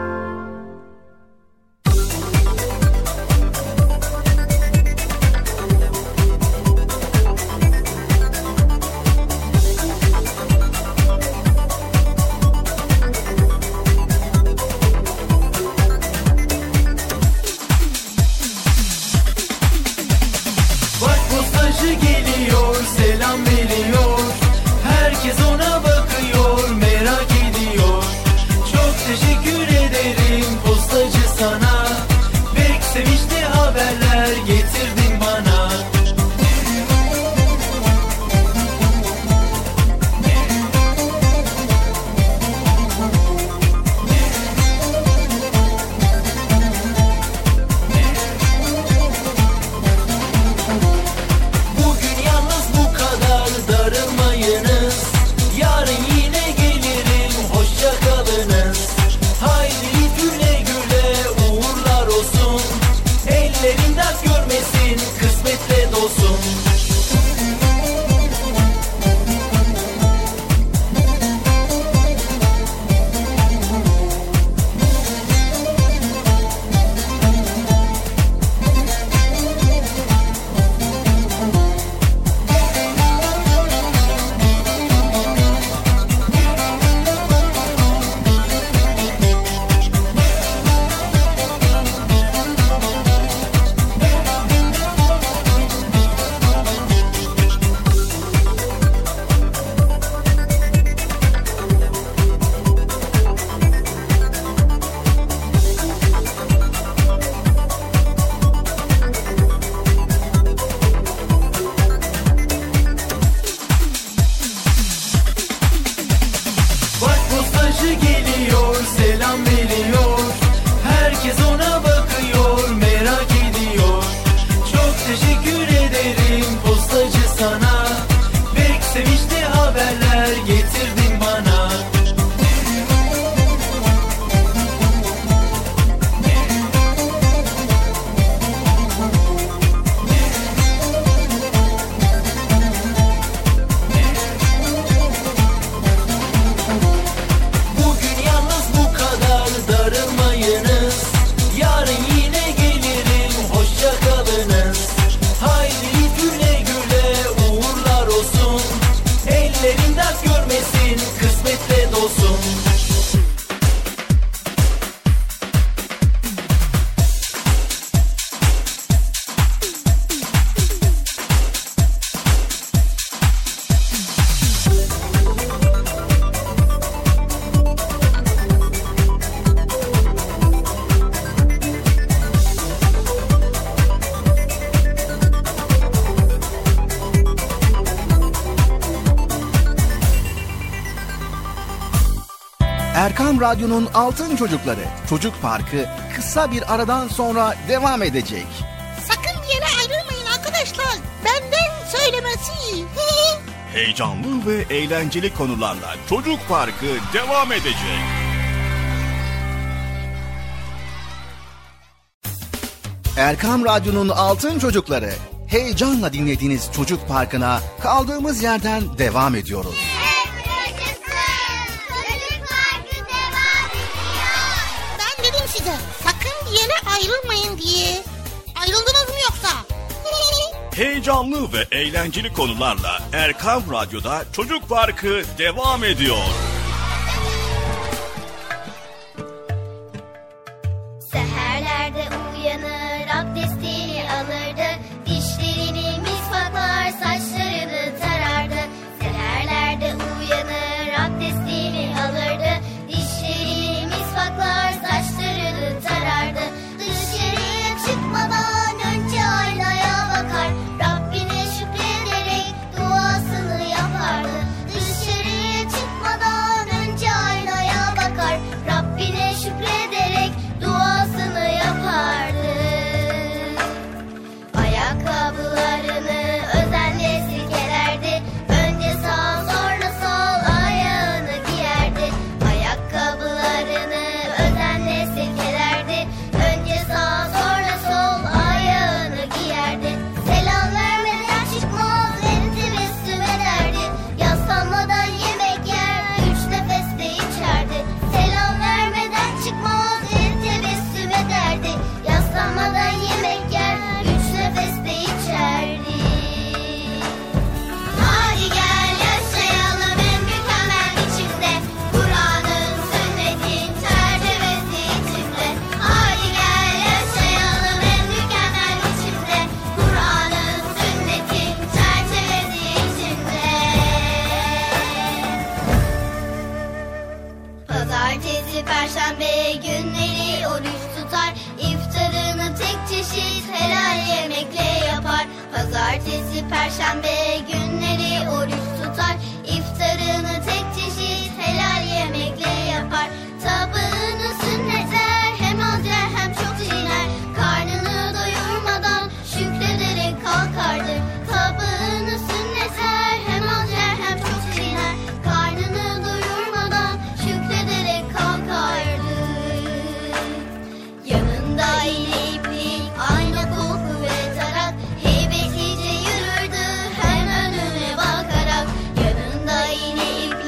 Geliyor, selam veriyor. Herkes ona bakıyor, merak ediyor. Çok teşekkür ederim. Radyo'nun Altın Çocukları Çocuk Parkı kısa bir aradan sonra devam edecek. Sakın bir yere ayrılmayın arkadaşlar. Benden söylemesi. Heyecanlı ve eğlenceli konularla Çocuk Parkı devam edecek. Erkam Radyo'nun Altın Çocukları, heyecanla dinlediğiniz Çocuk Parkı'na kaldığımız yerden devam ediyoruz. Ben dedim size sakın bir yere ayrılmayın diye. Ayrıldınız mı yoksa? Heyecanlı ve eğlenceli konularla Erkam Radyo'da Çocuk Parkı devam ediyor. Seherlerde uyanır, abdestini alırdı, dişlerini misvaklar, saçlarını tarardı. Seherlerde uyanır, abdestini alırdı, dişlerini misvaklar, saçlarını tarardı. Dışarıya çıkmadan önce aynaya bakar, Rabbine şükrederek duasını yapardı. Dışarıya çıkmadan önce aynaya bakar, Rabbine şükrederek duasını yapardı. Ayakkabılarını özenle silkelerdi, önce sağ sonra sol ayağını giyerdi. Ayakkabılarını özenle silkelerdi, önce sağ sonra sol ayağını giyerdi. Selam vermeden çıkmaz, en tebessüm ederdi, yaslanmadan yemek yer, 3 nefeste içerdi. Selam vermeden çıkmaz, en tebessüm ederdi, yaslanmadan yemek yer, 3 nefeste içerdi. Hadi gel yaşayalım en mükemmel biçimde, Kur'an'ın sünnetin çerçevesi içinde. Hadi gel yaşayalım en mükemmel biçimde, Kur'an'ın sünnetin çerçevesi içinde. Pazartesi, perşembe günleri oruç tutar, iftarını tek çeşit helal yemekle yapar. Pazartesi, perşembe günleri oruç tutar, iftarını tek çeşit helal yemekle yapar. Tabağını sünnetler, hem az yer hem çok çiğner, karnını doyurmadan şükrederek kalkardı. Tabağını sünnetler, hem az yer hem çok çiğner, karnını doyurmadan şükrederek kalkardı. Yanında iğne iplik, ayna koku ve tarak, heybetlice yürürdü hem önüne bakarak. Yanında iğne iplik,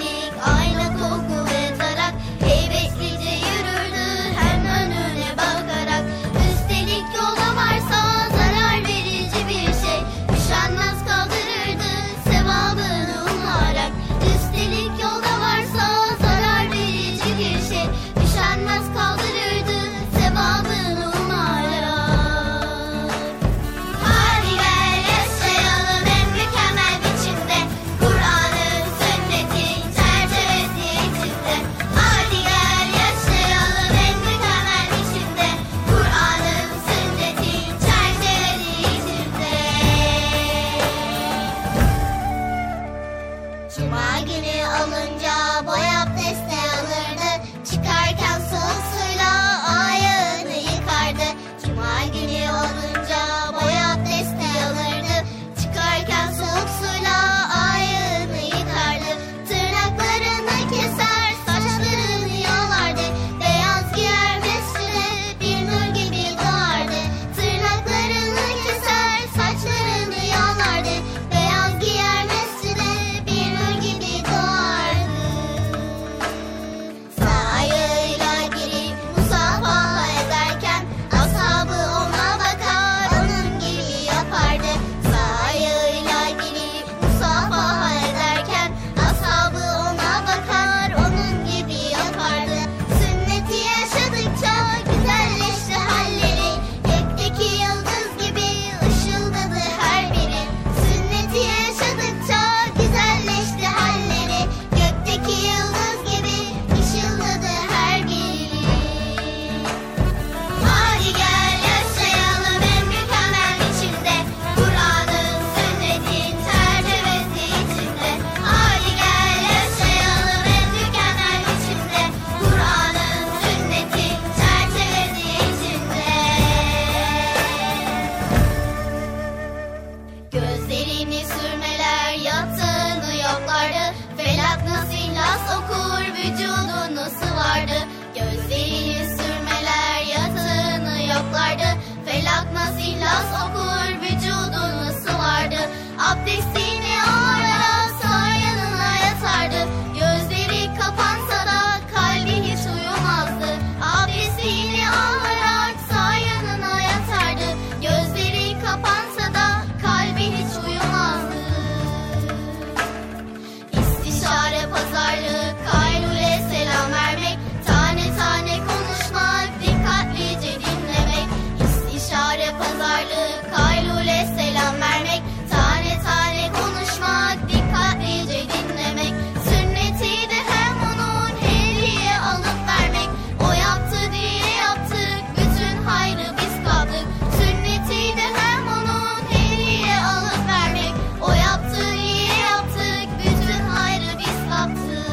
İhlas ihlas okur, vücudunu sıvardı. Abdestini alarak sağ yanına yatardı. Gözleri kapansa da kalbi hiç uyumazdı. Abdestini alarak sağ yanına yatardı. Gözleri kapansa da kalbi hiç uyumazdı. İstişare pazarlık, kaylule selam vermek, tane tane konuşmak, dikkatlice dinlemek. İstişare pazarlık, kaylule selam vermek, tane tane konuşmak, dikkatlice dinlemek. Sünnetiydi hem onun hediye alıp vermek. O yaptı diye yaptık, bütün hayrı biz kaptık. Sünnetiydi hem onun hediye alıp vermek. O yaptı diye yaptık, bütün hayrı biz kaptık.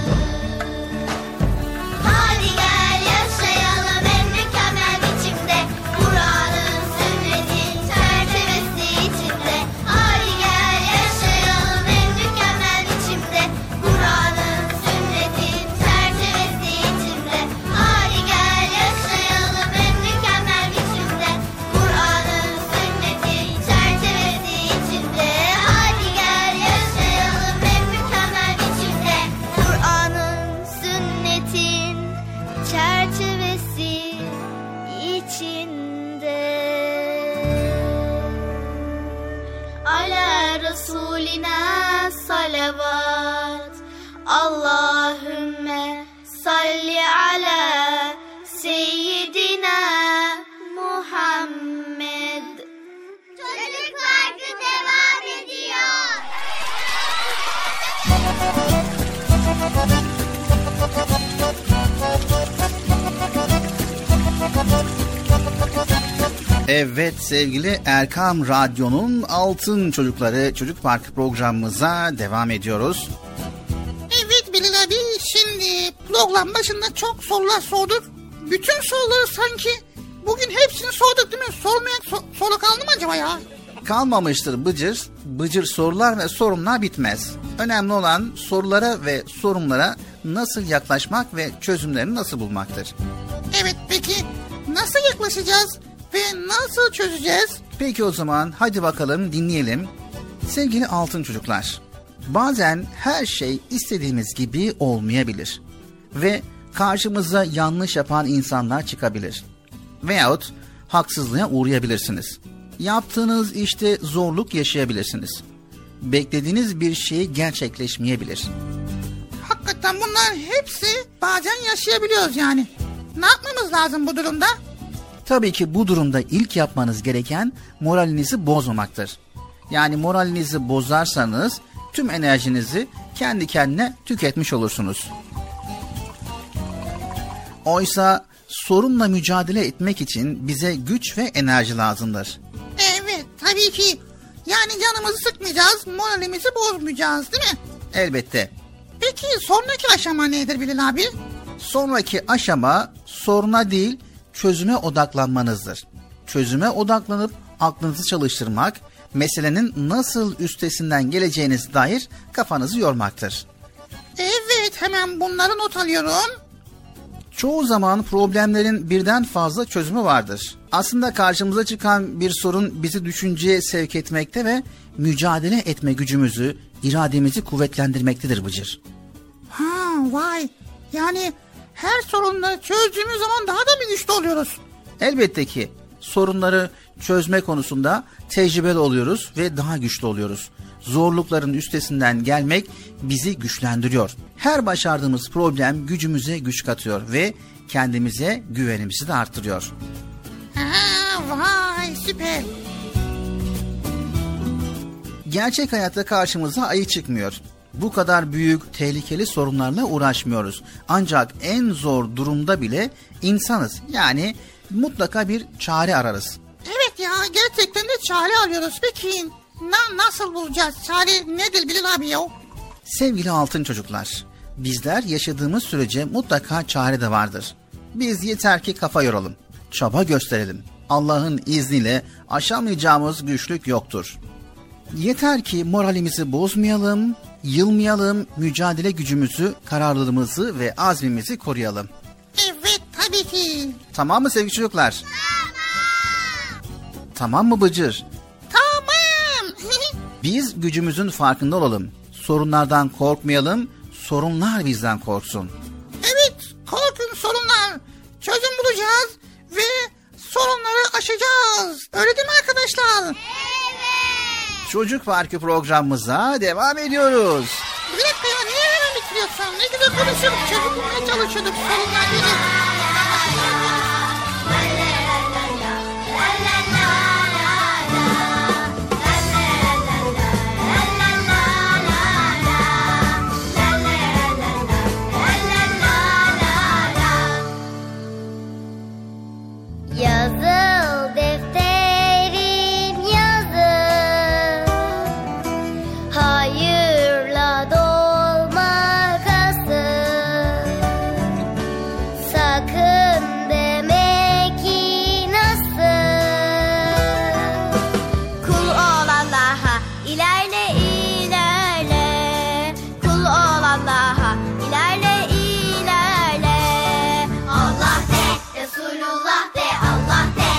Hadi gel yaşayalım en mükemmel biçimde, Kur'an'ın sünnetin çerçevesi içinde. Hadi gel yaşayalım en mükemmel biçimde, Kur'an'ın sünnetin çerçevesi içinde. Hadi gel yaşayalım en mükemmel biçimde, Kur'an'ın sünnetin çerçevesi içinde. Hadi gel yaşayalım en mükemmel biçimde, Kur'an'ın sünnetin çerçevesi içinde. Ala Resulina salavat, Allahümme salli ala seyyidina Muhammed. Çocuk Parkı devam ediyor. Evet sevgili Erkam Radyo'nun Altın Çocukları Çocuk Parkı programımıza devam ediyoruz. Evet Bilal abi, şimdi program başında çok sorular sorduk. Bütün soruları sanki bugün hepsini sorduk değil mi? Sormayan soru kaldı mı acaba ya? Kalmamıştır Bıcır. Bıcır sorular ve sorunlar bitmez. Önemli olan sorulara ve sorunlara nasıl yaklaşmak ve çözümlerini nasıl bulmaktır. Evet, peki nasıl yaklaşacağız ve nasıl çözeceğiz? Peki o zaman hadi bakalım dinleyelim. Sevgili altın çocuklar, bazen her şey istediğimiz gibi olmayabilir. Ve karşımıza yanlış yapan insanlar çıkabilir. Veyahut haksızlığa uğrayabilirsiniz. Yaptığınız işte zorluk yaşayabilirsiniz. Beklediğiniz bir şey gerçekleşmeyebilir. Hakikaten bunlar hepsi bazen yaşayabiliyoruz yani. Ne yapmamız lazım bu durumda? Tabii ki bu durumda ilk yapmanız gereken moralinizi bozmamaktır. Yani moralinizi bozarsanız tüm enerjinizi kendi kendine tüketmiş olursunuz. Oysa sorunla mücadele etmek için bize güç ve enerji lazımdır. Evet, tabii ki. Yani canımızı sıkmayacağız, moralimizi bozmayacağız değil mi? Elbette. Peki sonraki aşama nedir Bilal abi? Sonraki aşama soruna değil çözüme odaklanmanızdır. Çözüme odaklanıp aklınızı çalıştırmak, meselenin nasıl üstesinden geleceğinize dair kafanızı yormaktır. Evet, hemen bunları not alıyorum. Çoğu zaman problemlerin birden fazla çözümü vardır. Aslında karşımıza çıkan bir sorun bizi düşünceye sevk etmekte ve mücadele etme gücümüzü, irademizi kuvvetlendirmektedir Bıcır. Ha, vay. Yani her sorunları çözdüğümüz zaman daha da bir güçlü oluyoruz. Elbette ki sorunları çözme konusunda tecrübeli oluyoruz ve daha güçlü oluyoruz. Zorlukların üstesinden gelmek bizi güçlendiriyor. Her başardığımız problem gücümüze güç katıyor ve kendimize güvenimizi de arttırıyor. Ha, vay süper. Gerçek hayatta karşımıza ayı çıkmıyor. Bu kadar büyük, tehlikeli sorunlarla uğraşmıyoruz. Ancak en zor durumda bile insanız. Yani mutlaka bir çare ararız. Evet ya, gerçekten de çare arıyoruz. Peki nasıl bulacağız? Çare nedir Bilal abi ya? Sevgili altın çocuklar, bizler yaşadığımız sürece mutlaka çare de vardır. Biz yeter ki kafa yoralım, çaba gösterelim. Allah'ın izniyle aşamayacağımız güçlük yoktur. Yeter ki moralimizi bozmayalım, yılmayalım, mücadele gücümüzü, kararlılığımızı ve azmimizi koruyalım. Evet, tabii ki. Tamam mı sevgili çocuklar? Tamam mı Bıcır? Tamam. Biz gücümüzün farkında olalım. Sorunlardan korkmayalım, sorunlar bizden korksun. Evet, korkun sorunlar. Çözüm bulacağız ve sorunları aşacağız. Öyle değil mi arkadaşlar? Evet. Çocuk Parkı programımıza devam ediyoruz. Bir dakika ya, niye hemen bitiriyorsun? Ne güzel konuşuyorduk, çözüm bulmaya çalışıyorduk sorunlar diye. Yazıl defterin yazı, hayırla dolmakası. Sakın deme ki nasıl, kul ol Allah'a ilerle ilerle, kul ol Allah'a ilerle ilerle. Allah de, Resulullah de, Allah de,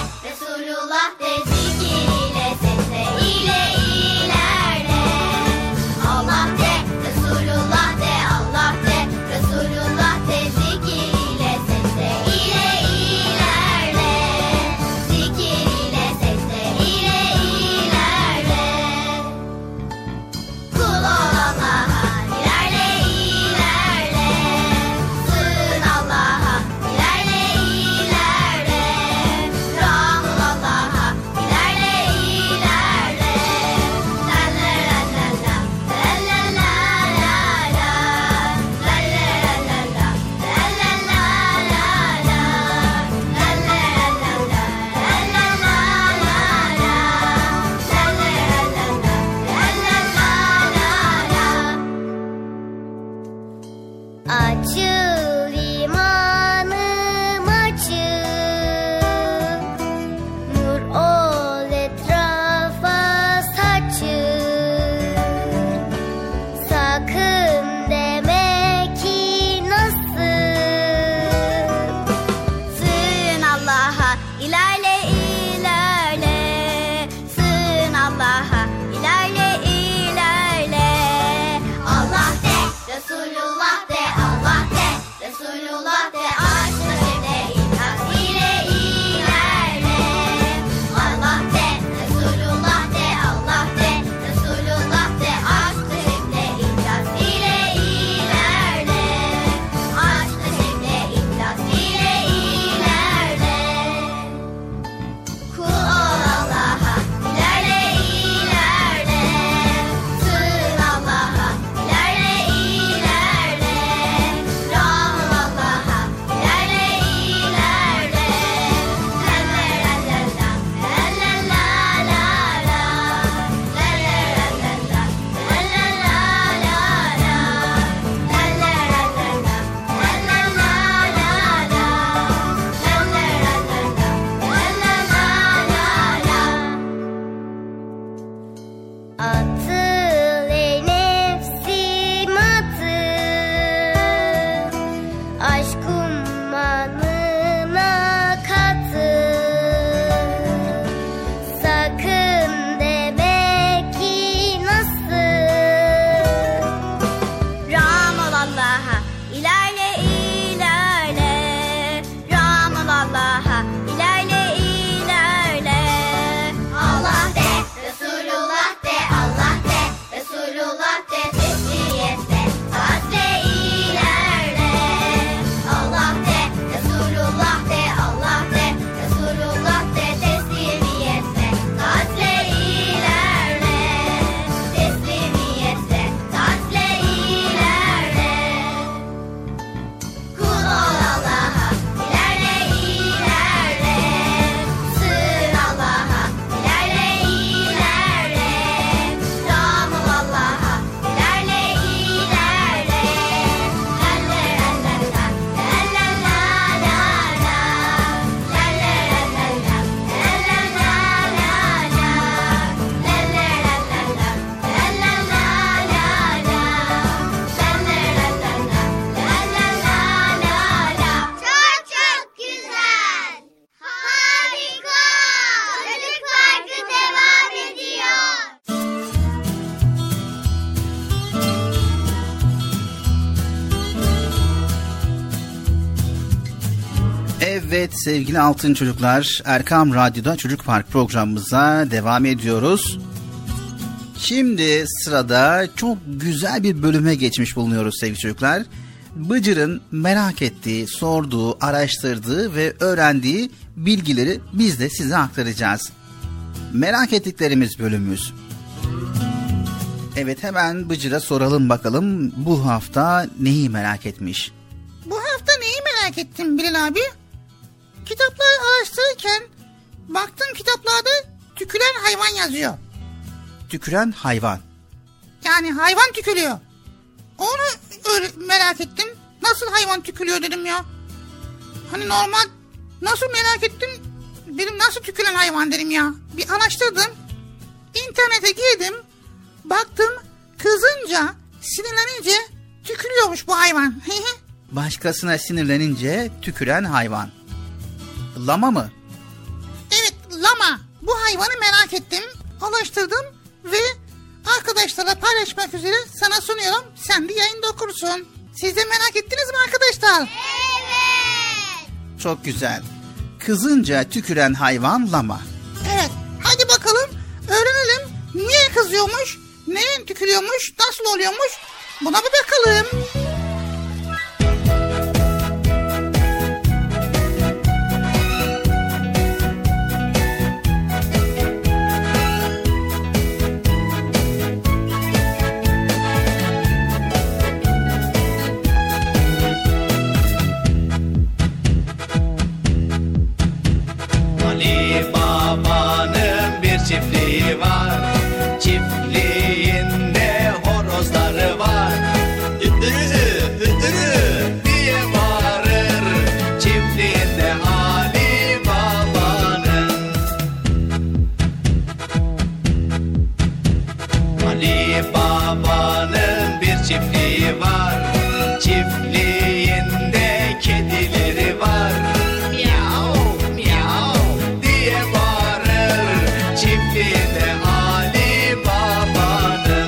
Evet sevgili altın çocuklar, Erkam Radyo'da Çocuk Park programımıza devam ediyoruz. Şimdi sırada çok güzel bir bölüme geçmiş bulunuyoruz sevgili çocuklar. Bıcır'ın merak ettiği, sorduğu, araştırdığı ve öğrendiği bilgileri biz de size aktaracağız. Merak ettiklerimiz bölümümüz. Evet, hemen Bıcır'a soralım bakalım bu hafta neyi merak etmiş? Bu hafta neyi merak ettim Bilal abi? Kitapları araştırırken baktım kitaplarda tüküren hayvan yazıyor. Tüküren hayvan. Yani hayvan tükürüyor. Onu öyle merak ettim. Nasıl hayvan tükürüyor dedim ya. Hani normal, nasıl merak ettim. Dedim nasıl tüküren hayvan dedim ya. Bir araştırdım. İnternete girdim. Baktım kızınca, sinirlenince tükürüyormuş bu hayvan. Başkasına sinirlenince tüküren hayvan. Lama mı? Evet, lama. Bu hayvanı merak ettim. Araştırdım ve arkadaşlarla paylaşmak üzere sana sunuyorum. Sen de yayında okursun. Siz de merak ettiniz mi arkadaşlar? Evet. Çok güzel. Kızınca tüküren hayvan lama. Evet. Hadi bakalım öğrenelim. Niye kızıyormuş? Neye tükürüyormuş? Nasıl oluyormuş? Buna bir bakalım. Çiftliği var, çiftliğinde horozları var. Hıdırı hıdırı diye bağırır, çiftliğinde Ali Baba'nın. Ali Baba'nın bir çiftliği var, çiftliğinde kedileri var. Çiftliğinde Ali Baba'nın.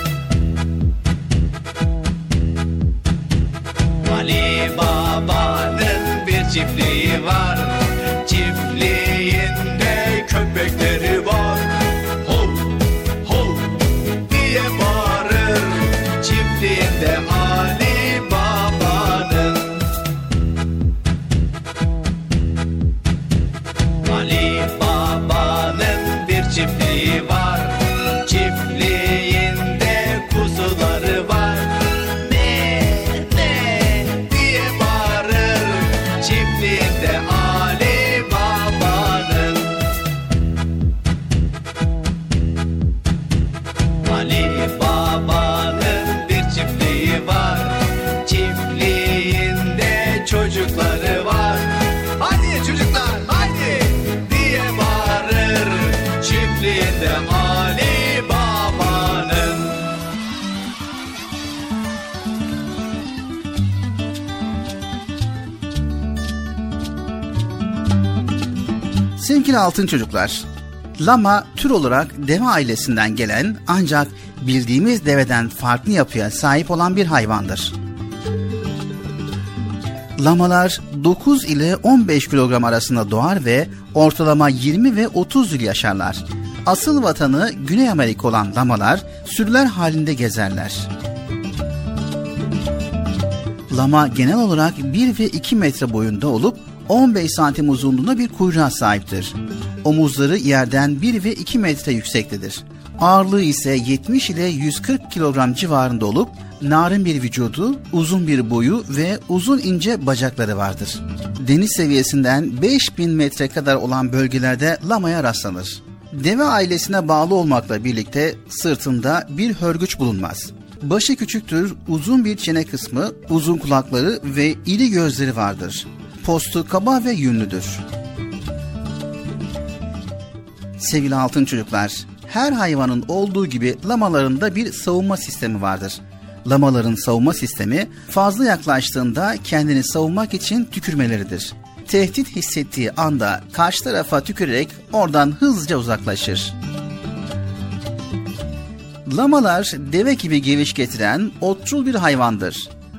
Ali Baba'nın bir çiftliği var, çiftliğinde köpekleri var. Hov hov diye bağırır, çiftliğinde Ali Baba'nın. Ali Baba'nın bir çiftliği var, çiftliğinde kuzuları var. Ne diye bağırır, çiftliğinde Ali Baba'nın. Ali Baba'nın bir çiftliği var, çiftliğinde çocukları var. Hadi çocuklar hadi diye bağırır, çiftliğinde Ali Baba'nın. Sevgili altın çocuklar, lama tür olarak deve ailesinden gelen ancak bildiğimiz deveden farklı yapıya sahip olan bir hayvandır. Lamalar 9 ile 15 kilogram arasında doğar ve ortalama 20 ve 30 yıl yaşarlar. Asıl vatanı Güney Amerika olan lamalar sürüler halinde gezerler. Lama genel olarak 1 ve 2 metre boyunda olup 15 santim uzunluğunda bir kuyruğa sahiptir. Omuzları yerden 1 ve 2 metre yüksektedir. Ağırlığı ise 70 ile 140 kilogram civarında olup narin bir vücudu, uzun bir boyu ve uzun ince bacakları vardır. Deniz seviyesinden 5000 metre kadar olan bölgelerde lamaya rastlanır. Deve ailesine bağlı olmakla birlikte sırtında bir hörgüç bulunmaz. Başı küçüktür, uzun bir çene kısmı, uzun kulakları ve iri gözleri vardır. Postu kaba ve yünlüdür. Sevgili altın çocuklar, her hayvanın olduğu gibi lamaların da bir savunma sistemi vardır. Lamaların savunma sistemi fazla yaklaştığında kendini savunmak için tükürmeleridir. Tehdit hissettiği anda karşı tarafa tükürerek oradan hızlıca uzaklaşır. Lamalar deve gibi geviş getiren otçul bir hayvandır.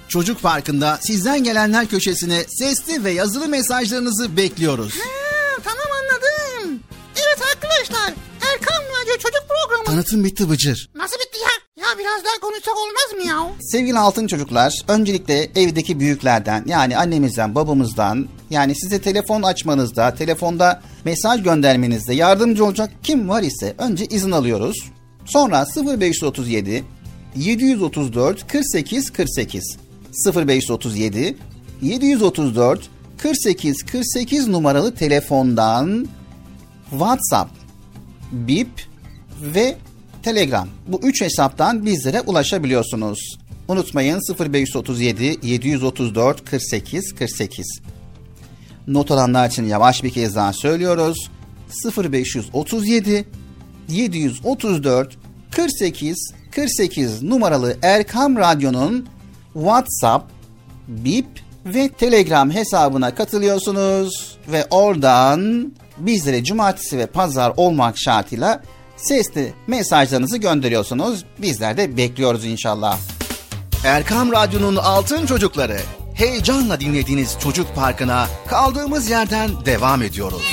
Çocuk Parkı'nda sizden gelenler köşesine sesli ve yazılı mesajlarınızı bekliyoruz. Tamam, anladım. Evet arkadaşlar, Erkam Radyo Çocuk Programı. Tanıtım bitti Bıcır. Nasıl bitti ya? Ya biraz daha konuşsak olmaz mı ya? Sevgili altın çocuklar, öncelikle evdeki büyüklerden, yani annemizden, babamızdan, yani size telefon açmanızda, telefonda mesaj göndermenizde yardımcı olacak kim var ise önce izin alıyoruz. Sonra 0537 734 48 48 0537 734 48 48 numaralı telefondan WhatsApp, Bip ve Telegram, bu 3 hesaptan bizlere ulaşabiliyorsunuz. Unutmayın, 0537 734 48 48. Not alanlar için yavaş bir kez daha söylüyoruz. 0537 734 48 48 numaralı Erkam Radyo'nun WhatsApp, Bip ve Telegram hesabına katılıyorsunuz ve oradan bizlere cumartesi ve pazar olmak şartıyla sesli mesajlarınızı gönderiyorsunuz. Bizler de bekliyoruz inşallah. Erkam Radyo'nun Altın Çocukları, heyecanla dinlediğiniz Çocuk Parkı'na kaldığımız yerden devam ediyoruz.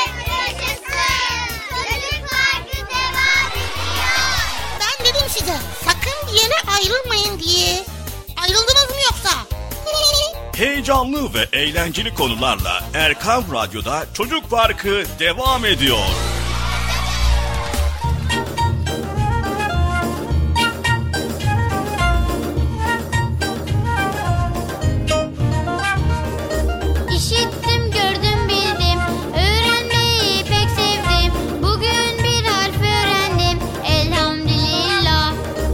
Ben dedim size, sakın bir yere ayrılmayın diye. Ayrıldınız mı yoksa? Heyecanlı ve eğlenceli konularla Erkam Radyo'da Çocuk Parkı devam ediyor. İşittim, gördüm, bildim, öğrenmeyi pek sevdim. Bugün bir harf öğrendim, elhamdülillah.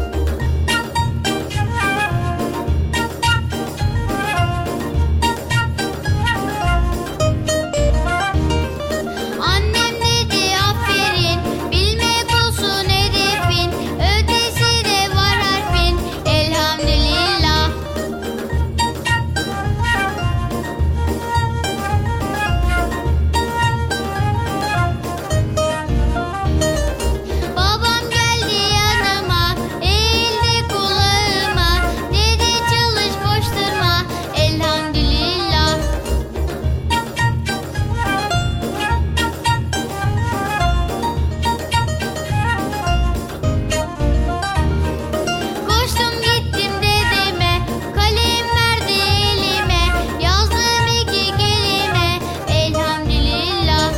Annem dedi aferin, bilmek olsun hedefin. Ötesi de var harfin, elhamdülillah. Babam geldi yanıma, eğildi kulağıma. Dedi çalış, boş durma, elhamdülillah. Koştum gittim dedeme, kalem verdi elime. Yazdım 2 kelime, elhamdülillah.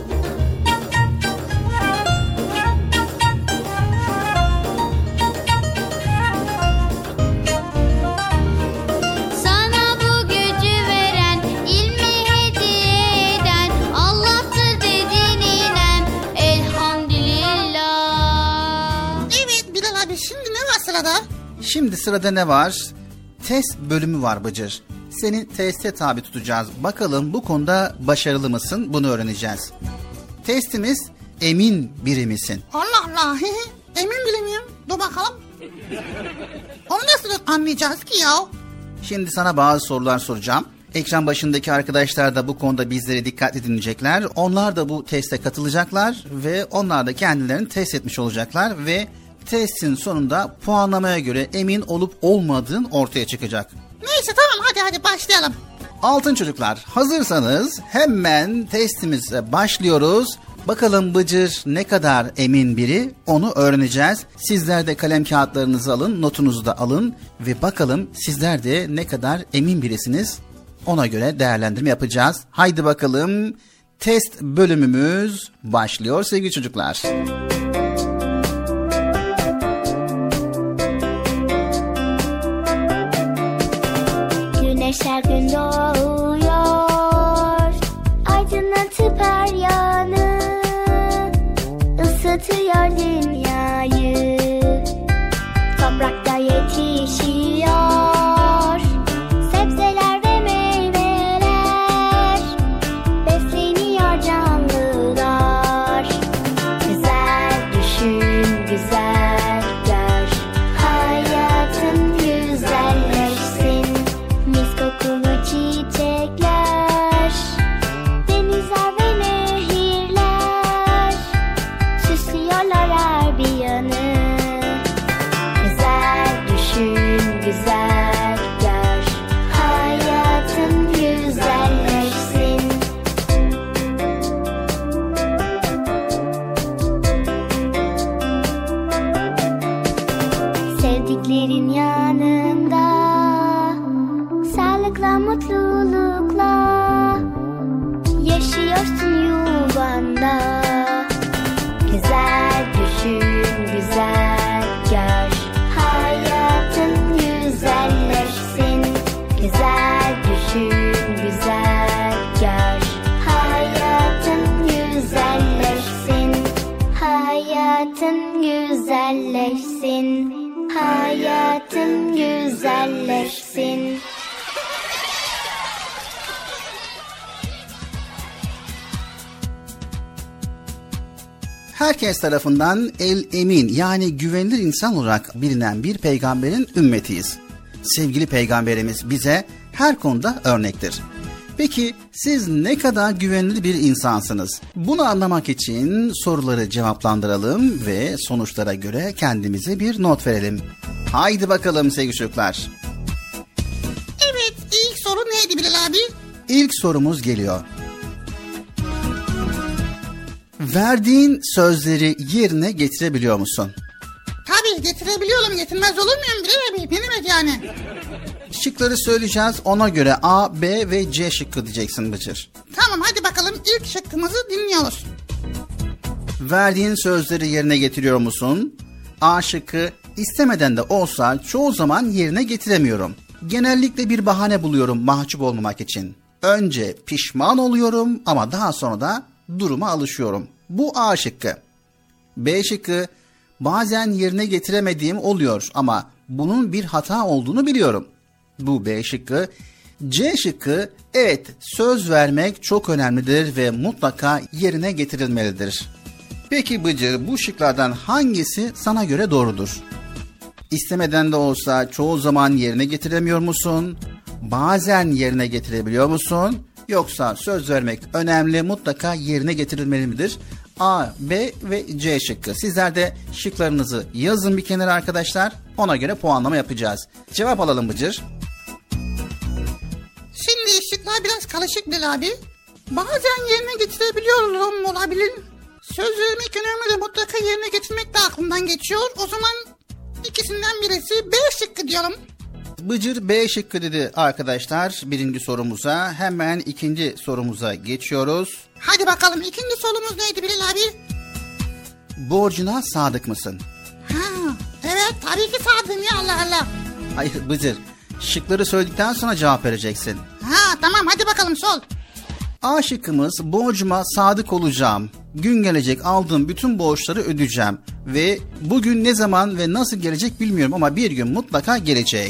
Sana bu gücü veren, ilmi hediye eden Allah'tır dedin inem, elhamdülillah. Evet Bilal abi, şimdi ne var sırada? Şimdi sırada ne var? Test bölümü var Bıcır. Seni teste tabi tutacağız. Bakalım bu konuda başarılı mısın? Bunu öğreneceğiz. Testimiz emin biri misin? Allah Allah, emin bile miyim? Dur bakalım. Onu nasıl anlayacağız ki ya? Şimdi sana bazı sorular soracağım. Ekran başındaki arkadaşlar da bu konuda bizleri dikkatli dinleyecekler. Onlar da bu teste katılacaklar ve onlar da kendilerini test etmiş olacaklar ve testin sonunda puanlamaya göre emin olup olmadığın ortaya çıkacak. Neyse tamam, hadi başlayalım. Altın çocuklar, hazırsanız hemen testimize başlıyoruz. Bakalım Bıcır ne kadar emin biri, onu öğreneceğiz. Sizler de kalem kağıtlarınızı alın, notunuzu da alın ve bakalım sizler de ne kadar emin birisiniz. Ona göre değerlendirme yapacağız. Haydi bakalım, test bölümümüz başlıyor sevgili çocuklar. Güneş her gün doğuyor, aydınlatıp her yanı, ısıtıyor dünyayı. Toprakta yetişiyor sebzeler ve meyveler, besleniyor canlılar. Güzel düşün, güzel gör, hayatın güzelleşsin. Mis kokulu çiçekler, denizler ve nehirler, süslüyorlar her bir yaşıyorsun yuvanda. Güzel düşün, güzel gör. Hayatın güzelleşsin. Güzel düşün, güzel gör. Hayatın güzelleşsin. Hayatın güzelleşsin. Hayatın güzelleşsin. Herkes tarafından el emin yani güvenilir insan olarak bilinen bir peygamberin ümmetiyiz. Sevgili peygamberimiz bize her konuda örnektir. Peki siz ne kadar güvenilir bir insansınız? Bunu anlamak için soruları cevaplandıralım ve sonuçlara göre kendimize bir not verelim. Haydi bakalım sevgili çocuklar. Evet, ilk soru neydi Bilal abi? İlk sorumuz geliyor. Verdiğin sözleri yerine getirebiliyor musun? Tabii getirebiliyorum, getirmez olur muyum Bilal abi? Ne demek yani? Şıkları söyleyeceğiz, ona göre A, B ve C şıkkı diyeceksin Bıcır. Tamam, hadi bakalım ilk şıkkımızı dinliyoruz. Verdiğin sözleri yerine getiriyor musun? A şıkkı, istemeden de olsa çoğu zaman yerine getiremiyorum. Genellikle bir bahane buluyorum mahcup olmamak için. Önce pişman oluyorum ama daha sonra da duruma alışıyorum. Bu A şıkkı. B şıkkı, bazen yerine getiremediğim oluyor ama bunun bir hata olduğunu biliyorum. Bu B şıkkı. C şıkkı, evet söz vermek çok önemlidir ve mutlaka yerine getirilmelidir. Peki Bıcır, bu şıklardan hangisi sana göre doğrudur? İstemeden de olsa çoğu zaman yerine getiremiyor musun? Bazen yerine getirebiliyor musun? Yoksa söz vermek önemli, mutlaka yerine getirilmeli midir? A, B ve C şıkkı. Sizler de şıklarınızı yazın bir kenara arkadaşlar. Ona göre puanlama yapacağız. Cevap alalım Bıcır. Şimdi şıklar biraz karışık Bilal abi. Bazen yerine getirebiliyorum olabilir. Söz vermek önemli de mutlaka yerine getirmek de aklımdan geçiyor. O zaman ikisinden birisi B şıkkı diyorum. Bıcır B şıkkı dedi arkadaşlar birinci sorumuza. Hemen ikinci sorumuza geçiyoruz. Hadi bakalım, ikinci sorumuz neydi Bilal abi? Borcuna sadık mısın? Ha, evet tabii ki sadım ya, Allah Allah. Hayır Bıcır, şıkları söyledikten sonra cevap vereceksin. Ha tamam, hadi bakalım sol. A şıkkımız, borcuma sadık olacağım. Gün gelecek aldığım bütün borçları ödeyeceğim. Ve bugün ne zaman ve nasıl gelecek bilmiyorum ama bir gün mutlaka gelecek.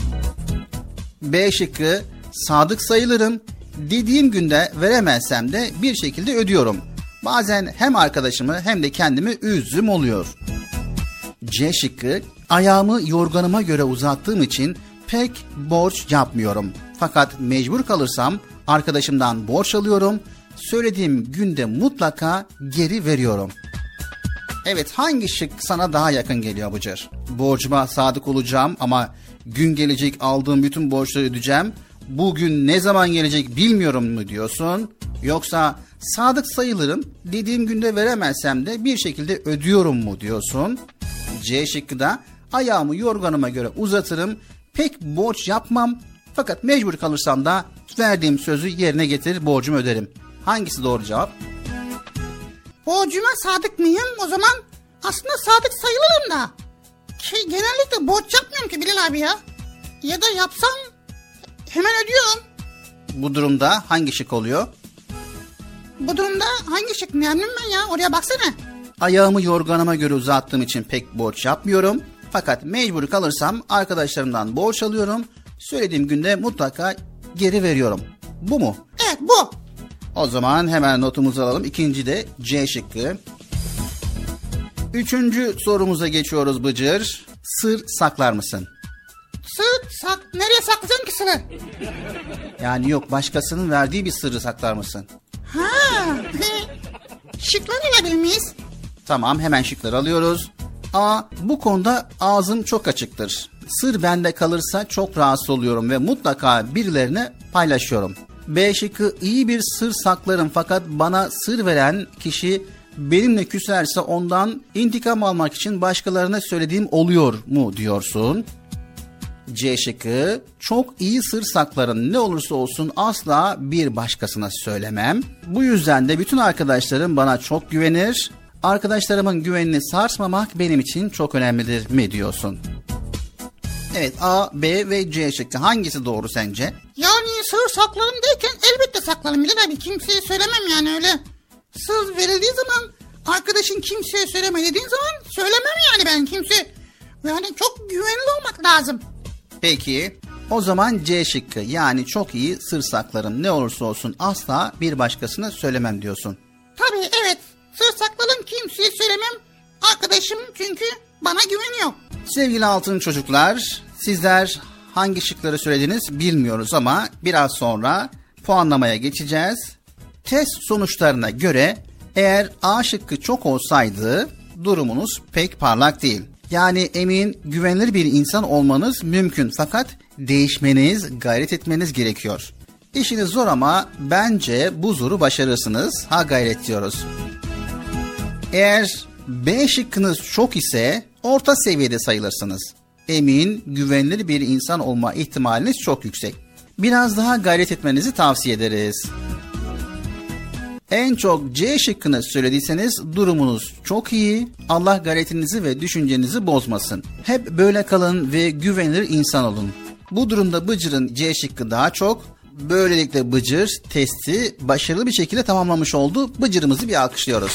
B şıkkı, sadık sayılırım. Dediğim günde veremezsem de bir şekilde ödüyorum. Bazen hem arkadaşımı hem de kendimi üzdüm oluyor. C şıkkı, ayağımı yorganıma göre uzattığım için pek borç yapmıyorum. Fakat mecbur kalırsam arkadaşımdan borç alıyorum. Söylediğim günde mutlaka geri veriyorum. Evet, hangi şık sana daha yakın geliyor Bıcır? Borcuma sadık olacağım ama gün gelecek aldığım bütün borçları ödeyeceğim. Bugün ne zaman gelecek bilmiyorum mu diyorsun? Yoksa sadık sayılırım, dediğim günde veremezsem de bir şekilde ödüyorum mu diyorsun? C şıkkı da, ayağımı yorganıma göre uzatırım, pek borç yapmam fakat mecbur kalırsam da verdiğim sözü yerine getirir, borcumu öderim. Hangisi doğru cevap? Borcuma sadık mıyım? O zaman aslında sadık sayılırım da. Genellikle borç yapmıyorum ki Bilal abi ya. Ya da yapsam hemen ödüyorum. Bu durumda hangi şık oluyor? Bu durumda hangi şık? Ne anlayayım ben ya? Oraya baksana. Ayağımı yorganıma göre uzattığım için pek borç yapmıyorum. Fakat mecbur kalırsam arkadaşlarımdan borç alıyorum. Söylediğim günde mutlaka geri veriyorum. Bu mu? Evet, bu. O zaman hemen notumuzu alalım. İkinci de C şıkkı. Üçüncü sorumuza geçiyoruz Bıcır. Sır saklar mısın? Nereye saklayacaksın ki sırrı? Yani yok, başkasının verdiği bir sırrı saklar mısın? Ha, şıkları alabilir miyiz? Tamam, hemen şıkları alıyoruz. A, bu konuda ağzım çok açıktır. Sır bende kalırsa çok rahatsız oluyorum ve mutlaka birilerine paylaşıyorum. B şıkkı, iyi bir sır saklarım fakat bana sır veren kişi benimle küserse ondan intikam almak için başkalarına söylediğim oluyor mu diyorsun. C şıkkı, çok iyi sır saklarım, ne olursa olsun asla bir başkasına söylemem. Bu yüzden de bütün arkadaşlarım bana çok güvenir. Arkadaşlarımın güvenini sarsmamak benim için çok önemlidir mi diyorsun? Evet, A, B ve C şıkkı hangisi doğru sence? Yani sır saklarım derken elbette saklarım Bilal abi. Kimseye söylemem yani öyle. Sır verildiği zaman, arkadaşın kimseye söyleme dediğin zaman söylemem yani ben kimse. Yani çok güvenli olmak lazım. Peki, o zaman C şıkkı, yani çok iyi sır saklarım, ne olursa olsun asla bir başkasına söylemem diyorsun. Tabii evet, sır saklarım, kimseye söylemem. Arkadaşım çünkü bana güveniyor. Sevgili altın çocuklar, sizler hangi şıkları söylediniz bilmiyoruz ama biraz sonra puanlamaya geçeceğiz. Test sonuçlarına göre eğer A şıkkı çok olsaydı durumunuz pek parlak değil. Yani emin, güvenilir bir insan olmanız mümkün fakat değişmeniz, gayret etmeniz gerekiyor. İşiniz zor ama bence bu zoru başarırsınız. Ha gayret diyoruz. Eğer B şıkkınız çok ise orta seviyede sayılırsınız. Emin, güvenilir bir insan olma ihtimaliniz çok yüksek. Biraz daha gayret etmenizi tavsiye ederiz. En çok C şıkkını söylediyseniz durumunuz çok iyi. Allah gayretinizi ve düşüncenizi bozmasın. Hep böyle kalın ve güvenilir insan olun. Bu durumda Bıcır'ın C şıkkı daha çok. Böylelikle Bıcır testi başarılı bir şekilde tamamlamış oldu. Bıcır'ımızı bir alkışlıyoruz.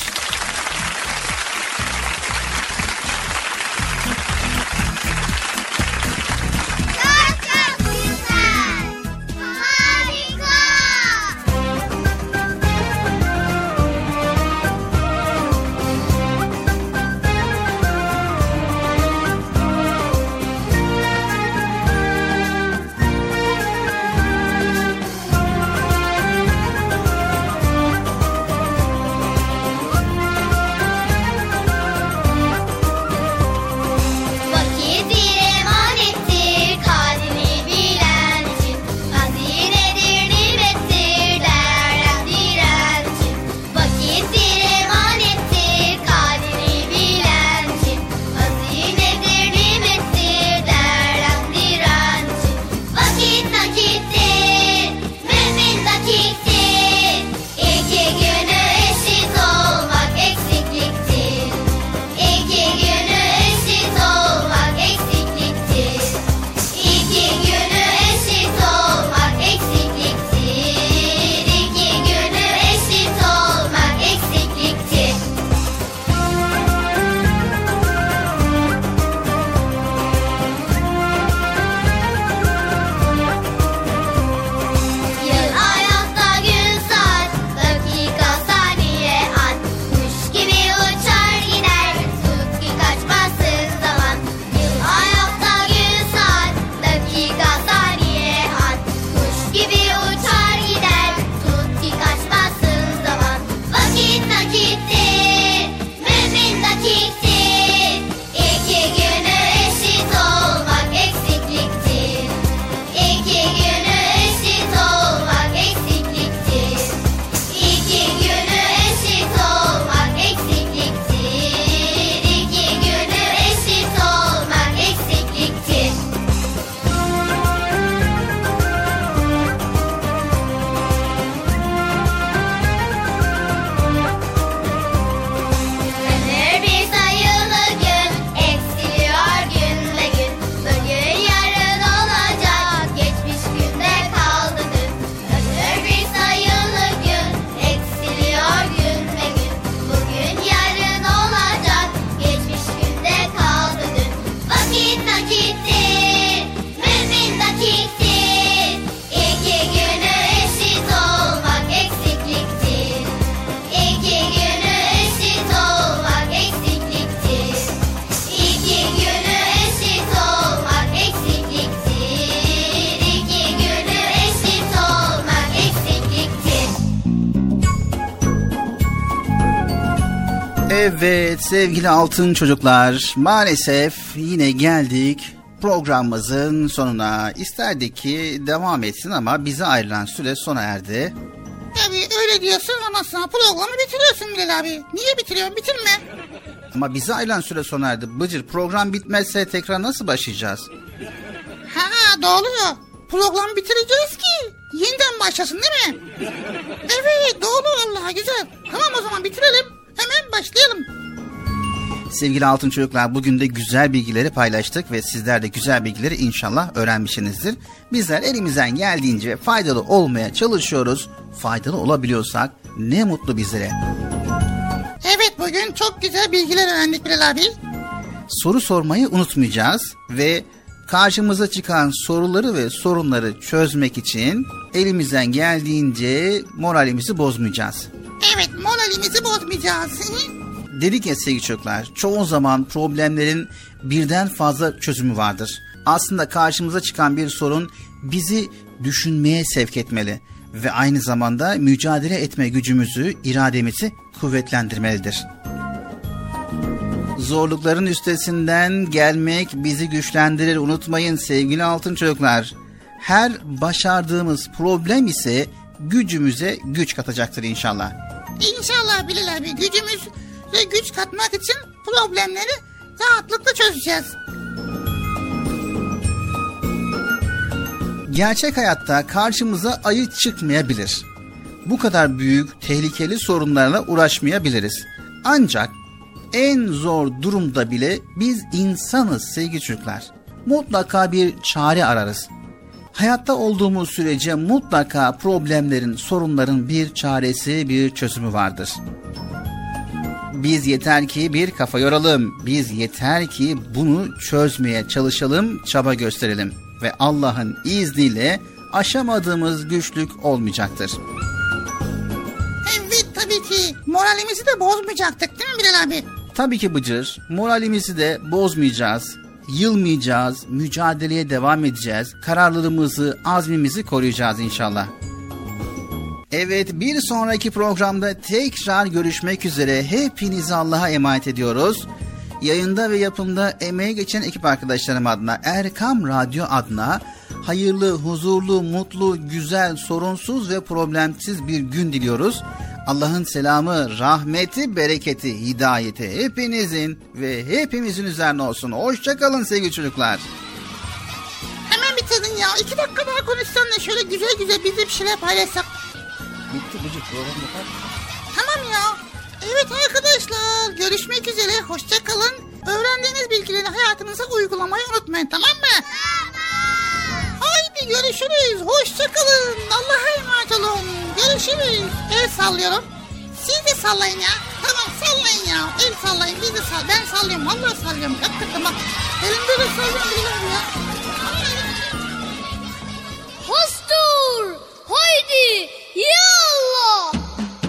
Evet sevgili altın çocuklar, maalesef yine geldik programımızın sonuna. İsterdik ki devam etsin ama bize ayrılan süre sona erdi. Tabii öyle diyorsun ama sana programı bitiriyorsun Bilal abi. Niye bitiriyorsun? Bitirme. Ama bize ayrılan süre sona erdi. Bıcır, program bitmezse tekrar nasıl başlayacağız? Ha ya doğru. Programı bitireceğiz ki yeniden başlasın değil mi? Evet doğru vallahi güzel. Tamam o zaman bitirelim. Hemen başlayalım. Sevgili altın çocuklar, bugün de güzel bilgileri paylaştık ve sizler de güzel bilgileri inşallah öğrenmişsinizdir. Bizler elimizden geldiğince faydalı olmaya çalışıyoruz. Faydalı olabiliyorsak ne mutlu bizlere. Evet bugün çok güzel bilgiler öğrendik Bilal abi. Soru sormayı unutmayacağız ve karşımıza çıkan soruları ve sorunları çözmek için elimizden geldiğince moralimizi bozmayacağız. Evet moralimizi bozmayacağız. Dedik ya sevgili çocuklar, çoğu zaman problemlerin birden fazla çözümü vardır. Aslında karşımıza çıkan bir sorun bizi düşünmeye sevk etmeli ve aynı zamanda mücadele etme gücümüzü, irademizi kuvvetlendirmelidir. Zorlukların üstesinden gelmek bizi güçlendirir. Unutmayın sevgili altın çocuklar. Her başardığımız problem ise gücümüze güç katacaktır inşallah. İnşallah Bilal abi gücümüz ve güç katmak için problemleri rahatlıkla çözeceğiz. Gerçek hayatta karşımıza ayı çıkmayabilir. Bu kadar büyük, tehlikeli sorunlarla uğraşmayabiliriz. Ancak en zor durumda bile biz insanız sevgili çocuklar. Mutlaka bir çare ararız. Hayatta olduğumuz sürece mutlaka problemlerin, sorunların bir çaresi, bir çözümü vardır. Biz yeter ki bir kafa yoralım. Biz yeter ki bunu çözmeye çalışalım, çaba gösterelim. Ve Allah'ın izniyle aşamadığımız güçlük olmayacaktır. Evet tabii ki moralimizi de bozmayacaktık değil mi Bilal abi? Tabii ki Bıcır, moralimizi de bozmayacağız, yılmayacağız, mücadeleye devam edeceğiz, kararlılığımızı, azmimizi koruyacağız inşallah. Evet, bir sonraki programda tekrar görüşmek üzere. Hepinizi Allah'a emanet ediyoruz. Yayında ve yapımda emeği geçen ekip arkadaşlarım adına, Erkam Radyo adına hayırlı, huzurlu, mutlu, güzel, sorunsuz ve problemsiz bir gün diliyoruz. Allah'ın selamı, rahmeti, bereketi, hidayeti hepinizin ve hepimizin üzerine olsun. Hoşça kalın sevgili çocuklar. Hemen bitirdin ya. 2 dakika daha konuşsan da şöyle güzel güzel biz de bir şeyler paylaşsak. Bitti Bıcır, program yapar. Tamam ya. Evet arkadaşlar görüşmek üzere. Hoşça kalın. Öğrendiğiniz bilgileri hayatınıza uygulamayı unutmayın, tamam mı? Haydi görüşürüz. Hoşça kalın. Allah'a emanet olun. Görüşürüz. El sallıyorum. Siz de sallayın ya. Tamam sallayın ya. El sallayın. Biz de sallayın. Ben sallıyorum. Vallahi sallıyorum. Hakikaten bak. Elimde de sallıyorum biliyorum ya. Hostur! Haydi! Ya Allah!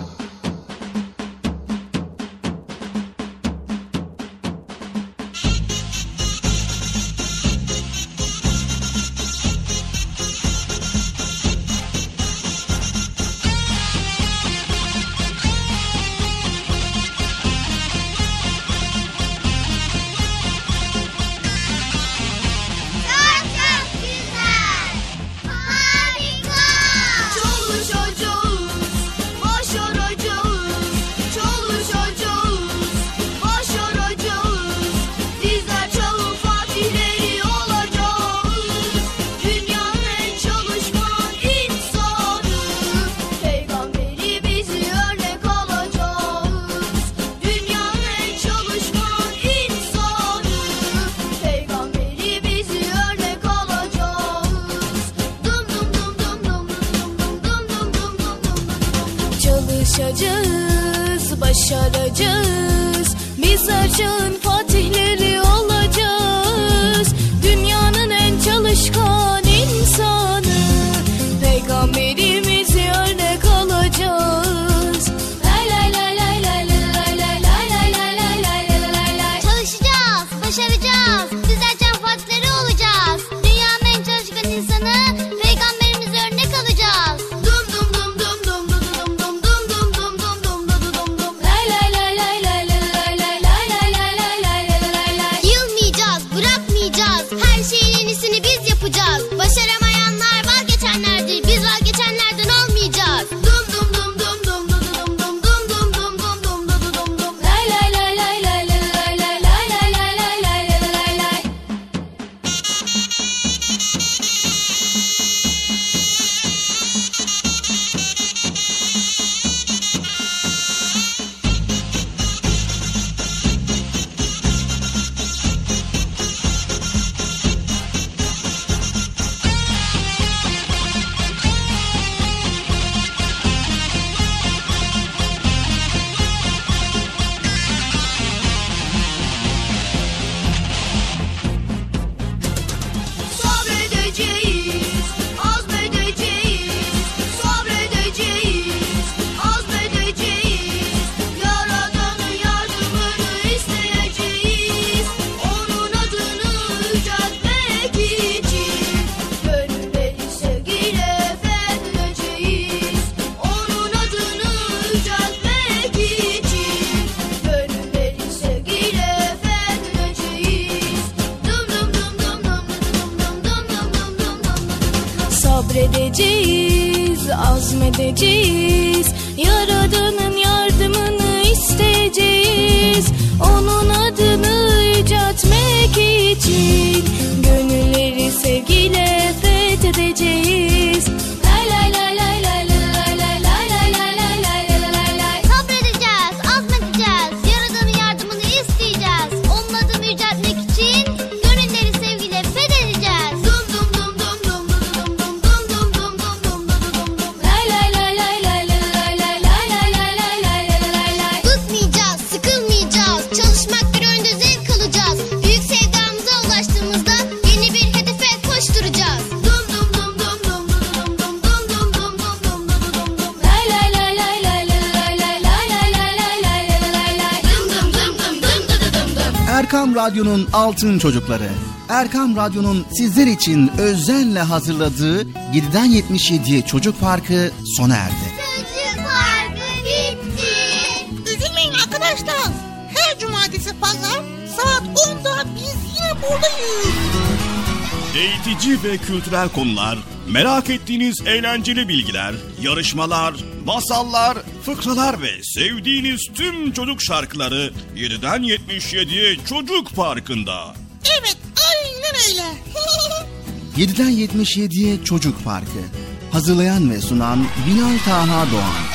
Çalışacağız, başaracağız. Bizler çağın fatihleri olacağız. Dünyanın en çalışkan insanı, Peygamberimiz örnek alacağız. Lay lay lay lay lay lay lay lay lay lay lay lay lay lay. Çalışacağız, başaracağız. Bizler çağın fatihleri olacağız. Dünyanın en çalışkan insanı, Peygamberimiz örnek alacağız. Dum dum dum dum dum dum dum dum dum dum dum dum dum dum dum. Lay lay lay lay lay lay lay lay lay lay lay lay lay lay lay. Sabredeceğiz, azmedeceğiz, Yaradan'ın yardımını isteyeceğiz. Onun adını yüceltmek için gönülleri sevgiyle fethedeceğiz. Lay lay lay lay lay lay lay lay lay lay lay lay lay lay. Sabredeceğiz, azmedeceğiz, Yaradan'ın yardımını isteyeceğiz. Onun adını yüceltmek için gönülleri sevgiyle fethedeceğiz. Dum dum dum dum dum dum dum dum dum dum dum dum dum dum. Lay lay lay lay lay lay lay lay lay lay lay lay lay lay lay. Bıkmayacağız, sıkılmayacağız, çalışmak bir önde zevk alacağız. Büyük sevdamıza ulaştığımızda yeni bir hedefe koşturacağız. Dum dum dum dum dum dum dum dum dum dum dum dum dum dum. Lay lay lay lay lay lay lay lay lay lay lay lay lay lay lay. Dum dum dum dum dum dum dum dum. Erkam Radyo'nun Altın Çocukları. Erkam Radyo'nun sizler için özenle hazırladığı 7'den 77'ye Çocuk Parkı sona erdi. Çocuk parkı bitti. Üzülmeyin arkadaşlar. Her cumartesi pazar saat 10'da biz yine buradayız. Eğitici ve kültürel konular, merak ettiğiniz eğlenceli bilgiler, yarışmalar, masallar, fıkralar ve sevdiğiniz tüm çocuk şarkıları 7'den 77'ye Çocuk Parkı'nda. Evet, aynen öyle. 7'den 77'ye Çocuk Parkı. Hazırlayan ve sunan Binal Taha Doğan.